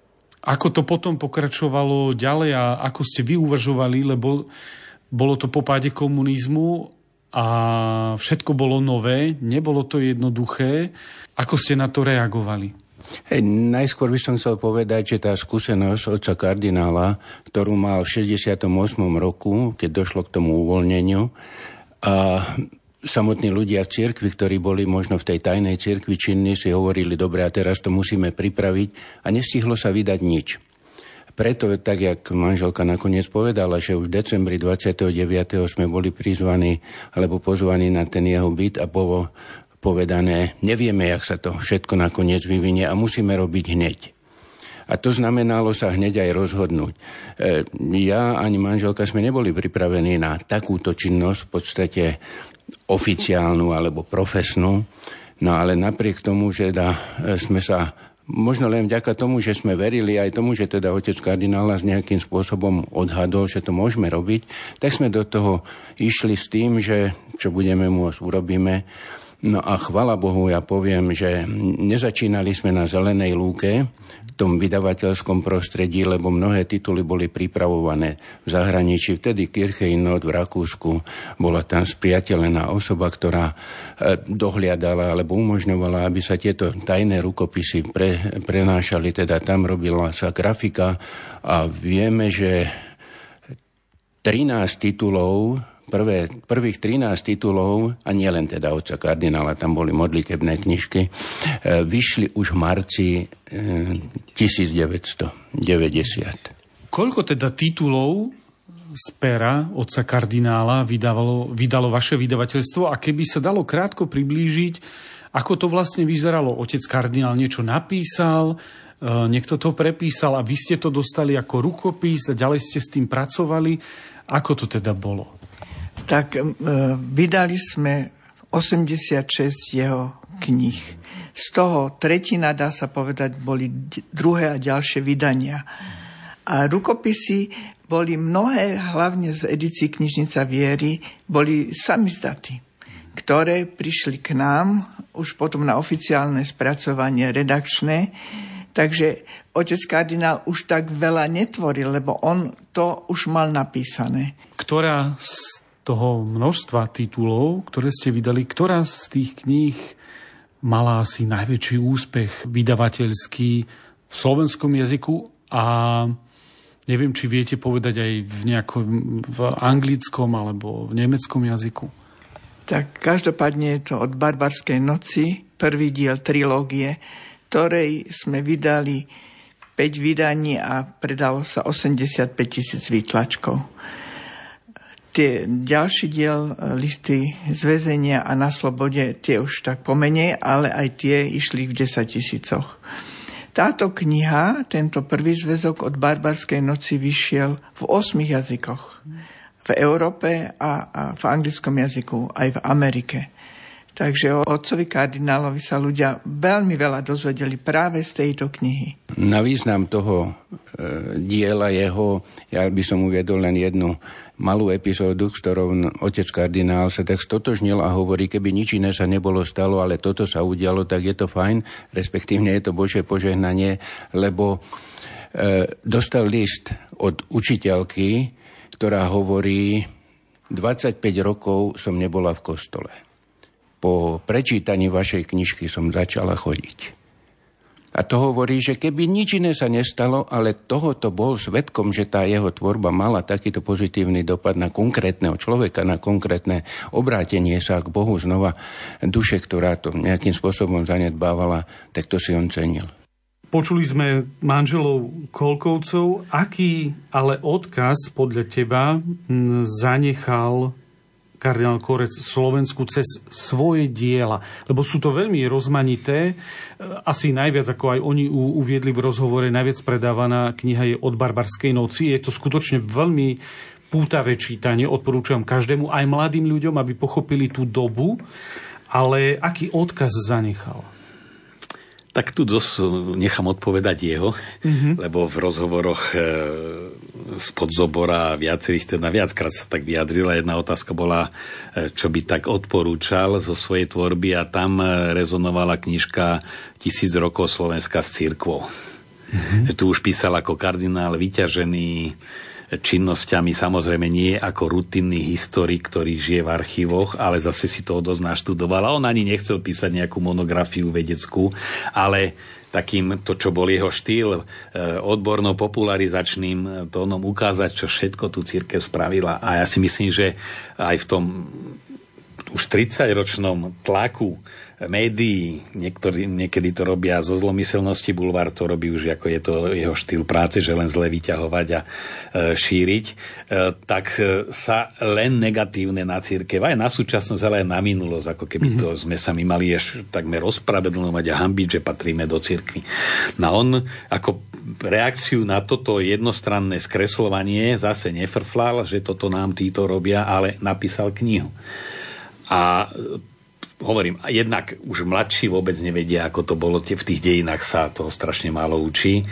Ako to potom pokračovalo ďalej a ako ste vy uvažovali, lebo bolo to po páde komunizmu a všetko bolo nové, nebolo to jednoduché. Ako ste na to reagovali? Hej, najskôr by som chcel povedať, že tá skúsenosť otca kardinála, ktorú mal v šesťdesiatom ôsmom roku, keď došlo k tomu uvoľneniu, a samotní ľudia v cirkvi, ktorí boli možno v tej tajnej cirkvi činní, si hovorili, dobre, a teraz to musíme pripraviť a nestihlo sa vydať nič. Preto, tak jak manželka nakoniec povedala, že už v decembri dvadsiateho deviateho sme boli prizvaní alebo pozvaní na ten jeho byt a bolo povedané, nevieme, jak sa to všetko nakoniec vyvinie a musíme robiť hneď. A to znamenalo sa hneď aj rozhodnúť. Ja ani manželka sme neboli pripravení na takúto činnosť, v podstate oficiálnu alebo profesnú, no ale napriek tomu, že da, sme sa, možno len vďaka tomu, že sme verili aj tomu, že teda otec kardinála s nejakým spôsobom odhadol, že to môžeme robiť, tak sme do toho išli s tým, že čo budeme môcť, urobíme. No a chvala Bohu, ja poviem, že nezačínali sme na zelenej lúke, v tom vydavateľskom prostredí, lebo mnohé tituly boli pripravované v zahraničí. Vtedy Kircheinot v Rakúsku bola tam spriateľená osoba, ktorá dohliadala alebo umožňovala, aby sa tieto tajné rukopisy pre, prenášali. Teda tam robila sa grafika a vieme, že trinásť titulov Prvé, prvých trinásť titulov, a nie len teda otca kardinála, tam boli modlitebné knižky, vyšli už v marci tisícdeväťstodeväťdesiat. Koľko teda titulov z pera otca kardinála vydávalo, vydalo vaše vydavateľstvo a keby sa dalo krátko priblížiť, ako to vlastne vyzeralo? Otec kardinál niečo napísal, niekto to prepísal a vy ste to dostali ako rukopis a ďalej ste s tým pracovali. Ako to teda bolo? Tak e, vydali sme osemdesiatšesť jeho kníh. Z toho tretina, dá sa povedať, boli druhé a ďalšie vydania. A rukopisy boli mnohé, hlavne z edícií Knižnica viery, boli samizdaty, ktoré prišli k nám už potom na oficiálne spracovanie redakčné. Takže otec kardinál už tak veľa netvoril, lebo on to už mal napísané. Ktorá z toho množstva titulov, ktoré ste vydali, ktorá z tých kníh mala asi najväčší úspech vydavateľský v slovenskom jazyku a neviem, či viete povedať aj v nejakom v anglickom alebo v nemeckom jazyku? Tak každopádne je to Od barbarskej noci, prvý diel trilógie, ktorej sme vydali päť vydaní a predalo sa osemdesiatpäť tisíc výtlačkov. Tie ďalší diel, listy z väzenia a Na slobode, tie už tak pomenej, ale aj tie išli v desaťtisícoch. Táto kniha, tento prvý zväzok Od barbarskej noci vyšiel v osmých jazykoch. V Európe a, a v anglickom jazyku, aj v Amerike. Takže o otcovi kardinálovi sa ľudia veľmi veľa dozvedeli práve z tejto knihy. Na význam toho e, diela jeho, ja by som uviedol len jednu malú epizódu, s ktorou otec kardinál sa tak stotožnil a hovorí, keby nič iné sa nebolo stalo, ale toto sa udialo, tak je to fajn, respektívne je to Božie požehnanie, lebo e, dostal list od učiteľky, ktorá hovorí, dvadsaťpäť rokov som nebola v kostole. Po prečítaní vašej knižky som začala chodiť. A to hovorí, že keby nič iné sa nestalo, ale tohoto bol svedkom, že tá jeho tvorba mala takýto pozitívny dopad na konkrétneho človeka, na konkrétne obrátenie sa k Bohu znova duše, ktorá to nejakým spôsobom zanedbávala, tak to si on cenil. Počuli sme manželov Kolkovcov. Aký ale odkaz podľa teba zanechal kardinál Korec Slovensku cez svoje diela? Lebo sú to veľmi rozmanité. Asi najviac, ako aj oni uviedli v rozhovore, najviac predávaná kniha je Od barbarskej noci. Je to skutočne veľmi pútavé čítanie. Odporúčam každému, aj mladým ľuďom, aby pochopili tú dobu. Ale aký odkaz zanechal? Tak tu dosť nechám odpovedať jeho, mm-hmm. lebo v rozhovoroch e, z Podzobora viacerých, teda viackrát sa tak vyjadrila. Jedna otázka bola, e, čo by tak odporúčal zo svojej tvorby a tam rezonovala knižka Tisíc rokov Slovenska s cirkvou. Mm-hmm. Tu už písal ako kardinál vyťažený činnosťami, samozrejme nie ako rutinný historik, ktorý žije v archívoch, ale zase si to dosť naštudoval. A on ani nechcel písať nejakú monografiu vedeckú, ale takým, to čo bol jeho štýl, odborno-popularizačným tónom ukázať, čo všetko tu cirkev spravila. A ja si myslím, že aj v tom už tridsaťročnom tlaku médií, niektorí, niekedy to robia zo zlomyselnosti, Bulvár to robí už ako je to jeho štýl práce, že len zle vyťahovať a e, šíriť, e, tak e, sa len negatívne na cirkev, aj na súčasnosť, ale aj na minulosť, ako keby to sme sa my mali až takmer ospravedlňovať a hanbiť, že patríme do cirkvi. No on ako reakciu na toto jednostranné skresľovanie zase nefrflal, že toto nám títo robia, ale napísal knihu. A hovorím, jednak už mladší vôbec nevedia, ako to bolo, v tých dejinách sa toho strašne málo učí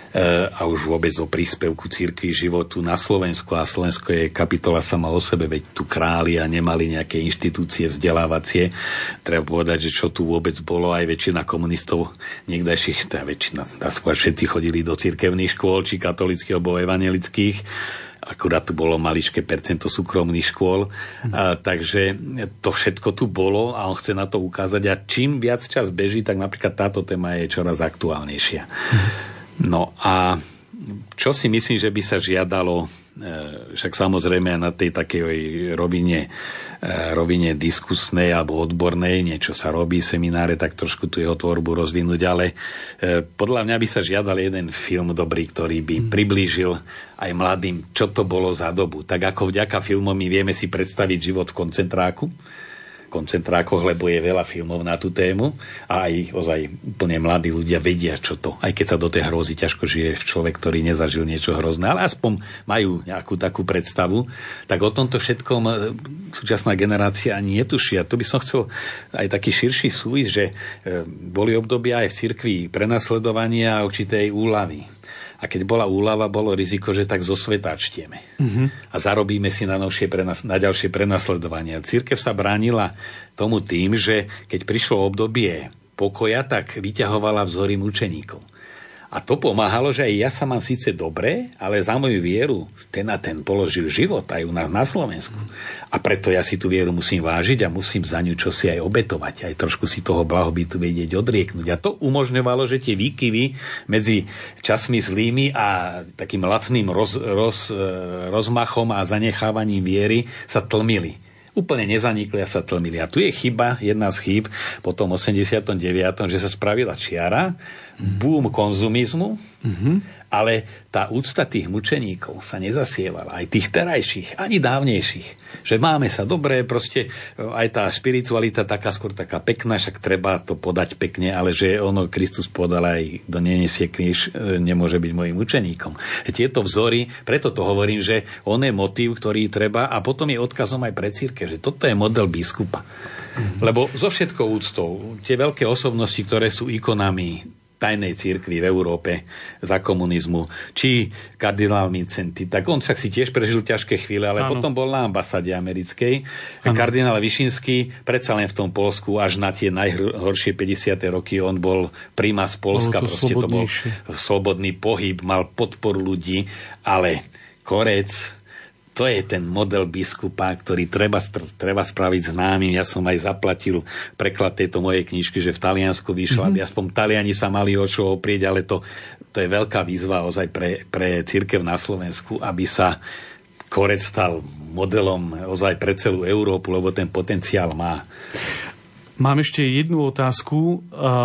a už vôbec o príspevku cirkvi životu na Slovensku, a Slovensko je kapitola sama o sebe, veď tu králi a nemali nejaké inštitúcie vzdelávacie. Treba povedať, že čo tu vôbec bolo, aj väčšina komunistov niekdajších, teda väčšina, dá sa povedať, všetci chodili do cirkevných škôl, či katolických alebo evangelických. Akurát tu bolo maličké percento súkromných škôl, hmm. a, takže to všetko tu bolo a on chce na to ukázať a čím viac čas beží, tak napríklad táto téma je čoraz aktuálnejšia. Hmm. No a čo si myslím, že by sa žiadalo, však samozrejme na tej takej rovine, rovine diskusnej alebo odbornej, niečo sa robí, semináre, tak trošku tu jeho tvorbu rozvinúť, ale podľa mňa by sa žiadal jeden film dobrý, ktorý by priblížil aj mladým, čo to bolo za dobu. Tak ako vďaka filmom my vieme si predstaviť život v koncentráku, koncentrákoch, lebo je veľa filmov na tú tému a aj ozaj úplne mladí ľudia vedia, čo to. Aj keď sa do tej hrôzy ťažko žije človek, ktorý nezažil niečo hrozné, ale aspoň majú nejakú takú predstavu. Tak o tomto všetkom súčasná generácia ani netuší. A tu by som chcel aj taký širší súvis, že boli obdobia aj v cirkvi prenasledovania a určitej úľavy. A keď bola úľava, bolo riziko, že tak zosvetáčtieme. Mm-hmm. A zarobíme si na, novšie prenas- na ďalšie prenasledovanie. Cirkev sa bránila tomu tým, že keď prišlo obdobie pokoja, tak vyťahovala vzory mučeníkov. A to pomáhalo, že aj ja sa mám síce dobre, ale za moju vieru ten a ten položil život aj u nás na Slovensku. A preto ja si tú vieru musím vážiť a musím za ňu čosi aj obetovať, aj trošku si toho blahobytu vedieť odrieknúť. A to umožňovalo, že tie výkyvy medzi časmi zlými a takým lacným roz, roz, rozmachom a zanechávaním viery sa tlmili. Úplne nezanikli a sa tlmili. A tu je chyba, jedna z chýb po tom osemdesiatom deviatom že sa spravila čiara, boom konzumizmu, mm-hmm. ale tá úcta tých mučeníkov sa nezasievala, aj tých terajších, ani dávnejších. Že máme sa dobre, proste aj tá spiritualita taká skôr taká pekná, však treba to podať pekne, ale že ono Kristus podal aj, kto nenesie kríž, nemôže byť mojím mučeníkom. Tieto vzory, preto to hovorím, že on je motív, ktorý treba, a potom je odkazom aj pre cirkev, že toto je model biskupa. Mm-hmm. Lebo so všetkou úctou, tie veľké osobnosti, ktoré sú ikonami tajnej cirkvi v Európe za komunizmu, či kardinál Vincenti, tak on však si tiež prežil ťažké chvíle, ale ano. Potom bol na ambasáde americkej. Ano. Kardinál Vyšinský, predsa len v tom Poľsku, až na tie najhoršie päťdesiate roky, on bol primas Poľska, to proste to bol slobodný pohyb, mal podporu ľudí, ale Korec, to je ten model biskupa, ktorý treba, treba spraviť známym. Ja som aj zaplatil preklad tejto mojej knižky, že v Taliansku vyšla, mm-hmm. aby aspoň Taliani sa mali o čo oprieť, ale to, to je veľká výzva ozaj pre, pre cirkev na Slovensku, aby sa Korec stal modelom ozaj pre celú Európu, lebo ten potenciál má. Mám ešte jednu otázku.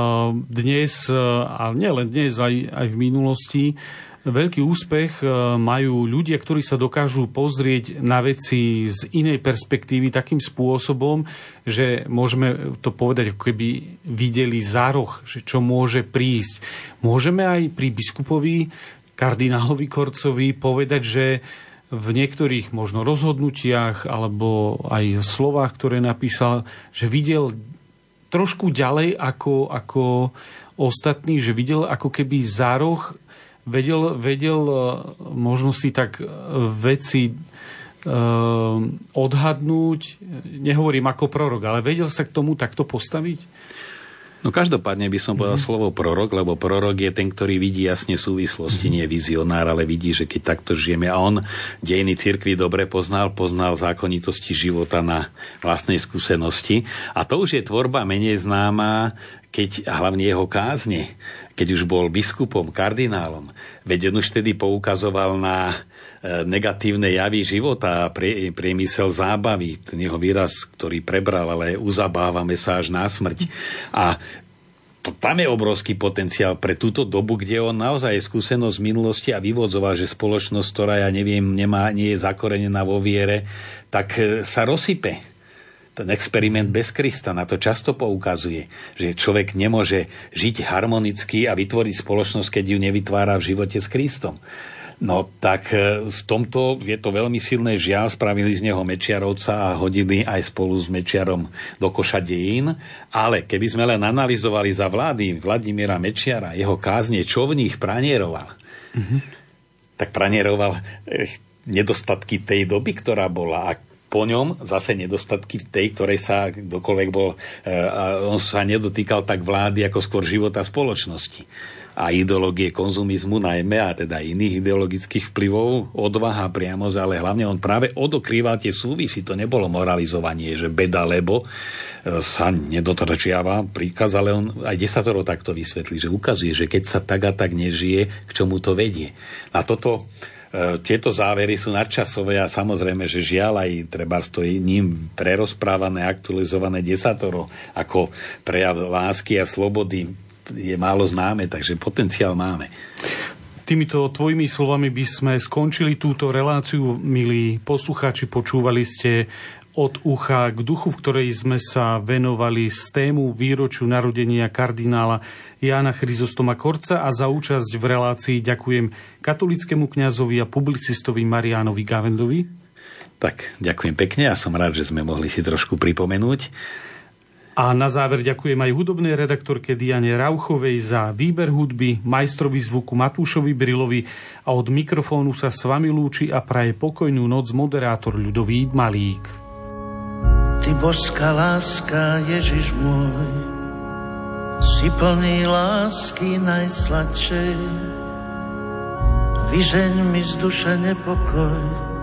Dnes, ale nielen dnes, aj, aj v minulosti, veľký úspech majú ľudia, ktorí sa dokážu pozrieť na veci z inej perspektívy takým spôsobom, že môžeme to povedať, ako keby videli za roh, že čo môže prísť. Môžeme aj pri biskupovi, kardinálovi Korcovi povedať, že v niektorých možno rozhodnutiach alebo aj slovách, ktoré napísal, že videl trošku ďalej ako, ako ostatní, že videl ako keby za roh, Vedel, vedel možno si tak veci uh, odhadnúť, nehovorím ako prorok, ale vedel sa k tomu takto postaviť? No každopádne by som povedal mm-hmm. slovo prorok, lebo prorok je ten, ktorý vidí jasne súvislosti, mm-hmm. nie vizionár, ale vidí, že keď takto žijeme. A on dejiny cirkvi dobre poznal, poznal zákonitosti života na vlastnej skúsenosti. A to už je tvorba menej známa, keď hlavne jeho kázne, keď už bol biskupom, kardinálom, veď on už vtedy poukazoval na negatívne javy života a prie, priemysel zábavy, ten jeho výraz, ktorý prebral, ale uzabávame sa až na smrť. A to, tam je obrovský potenciál pre túto dobu, kde on naozaj je skúsenosť z minulosti a vyvodzoval, že spoločnosť, ktorá, ja neviem, nemá, nie je zakorenená vo viere, tak sa rozsype. Ten experiment bez Krista na to často poukazuje, že človek nemôže žiť harmonicky a vytvoriť spoločnosť, keď ju nevytvára v živote s Kristom. No tak v tomto je to veľmi silné žiaľ, spravili z neho Mečiarovca a hodili aj spolu s Mečiarom do koša dejín, ale keby sme len analyzovali za vlády Vladimíra Mečiara, jeho kázne, čo v nich pranieroval, mm-hmm. tak pranieroval nedostatky tej doby, ktorá bola, a po ňom zase nedostatky tej, ktorej sa kdokoľvek bol, a on sa nedotýkal tak vlády, ako skôr života spoločnosti. A ideológie konzumizmu najmä, a teda iných ideologických vplyvov, odvaha, priamosť, ale hlavne on práve odokrýval tie súvisy. To nebolo moralizovanie, že beda, lebo sa nedodržiava príkaz, ale on aj desatoro takto vysvetlí, že ukazuje, že keď sa tak a tak nežije, k čomu to vedie. A toto, tieto závery sú nadčasové a samozrejme, že žiaľ aj treba stojí ním prerozprávané, aktualizované desatoro ako prejav lásky a slobody je málo známe, takže potenciál máme. Týmito tvojimi slovami by sme skončili túto reláciu, milí poslucháči. Počúvali ste Od ucha k duchu, v ktorej sme sa venovali z tému výročiu narodenia kardinála Jána Chryzostoma Korca, a za účasť v relácii ďakujem katolickému kňazovi a publicistovi Mariánovi Gavendovi. Tak, ďakujem pekne a som rád, že sme mohli si trošku pripomenúť. A na záver ďakujem aj hudobnej redaktorke Diane Rauchovej za výber hudby, majstrovi zvuku Matúšovi Brilovi, a od mikrofónu sa s vami lúči a praje pokojnú noc moderátor Ľudovít Malík. Ty božská láska, Ježiš môj, si plný lásky najsladšej. Vyžeň mi z duše nepokoj,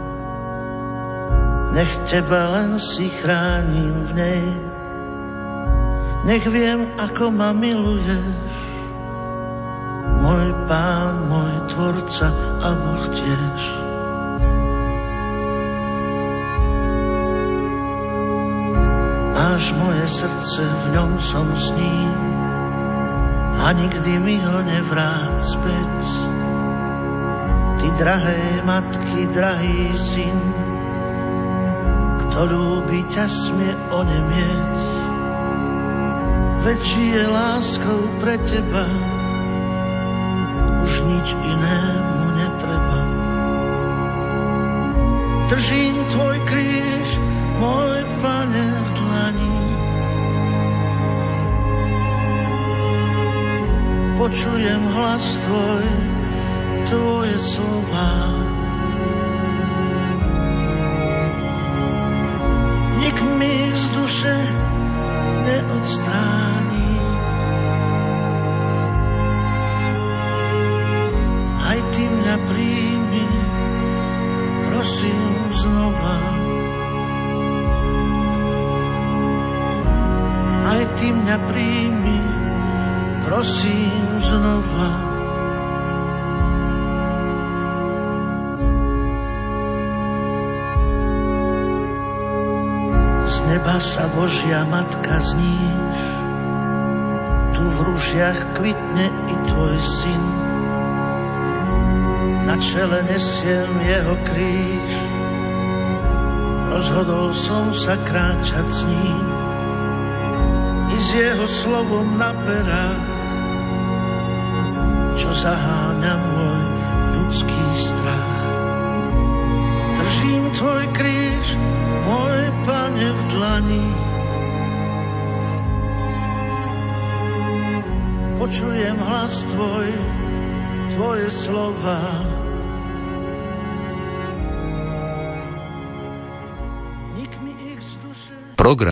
nech teba len si chránim v nej. Nech viem, ako ma miluješ, môj Pán, môj Tvorca a Boh tiež. Máš moje srdce, v ňom som s ním a nikdy mi ho nevráť späť. Ty drahé matky, drahý syn, kto ľúbi ťa smie onemieť. Veď žije láskou pre teba, už nič inému netreba. Držím tvoj kríž, môj Pane, v dlani. Počujem hlas tvoj, tvoje slová. Nik mi ich z duše neodstráni. Aj ty mňa príjmi, prosím znova. Aj ty mňa príjmi, prosím znova. Z neba sa Božia Matka zníš, tu v rúžiach kvitne i tvoj syn. Na čele nesiem jeho kríž, rozhodol som sa kráčať s ním i s jeho slovom na perách, čo zaháňa môj ľudský strach. Držím tvoj kríž, môj Pane, v dlani. Počujem hlas tvoj, tvoje slova. Nik mi ich z duše... Program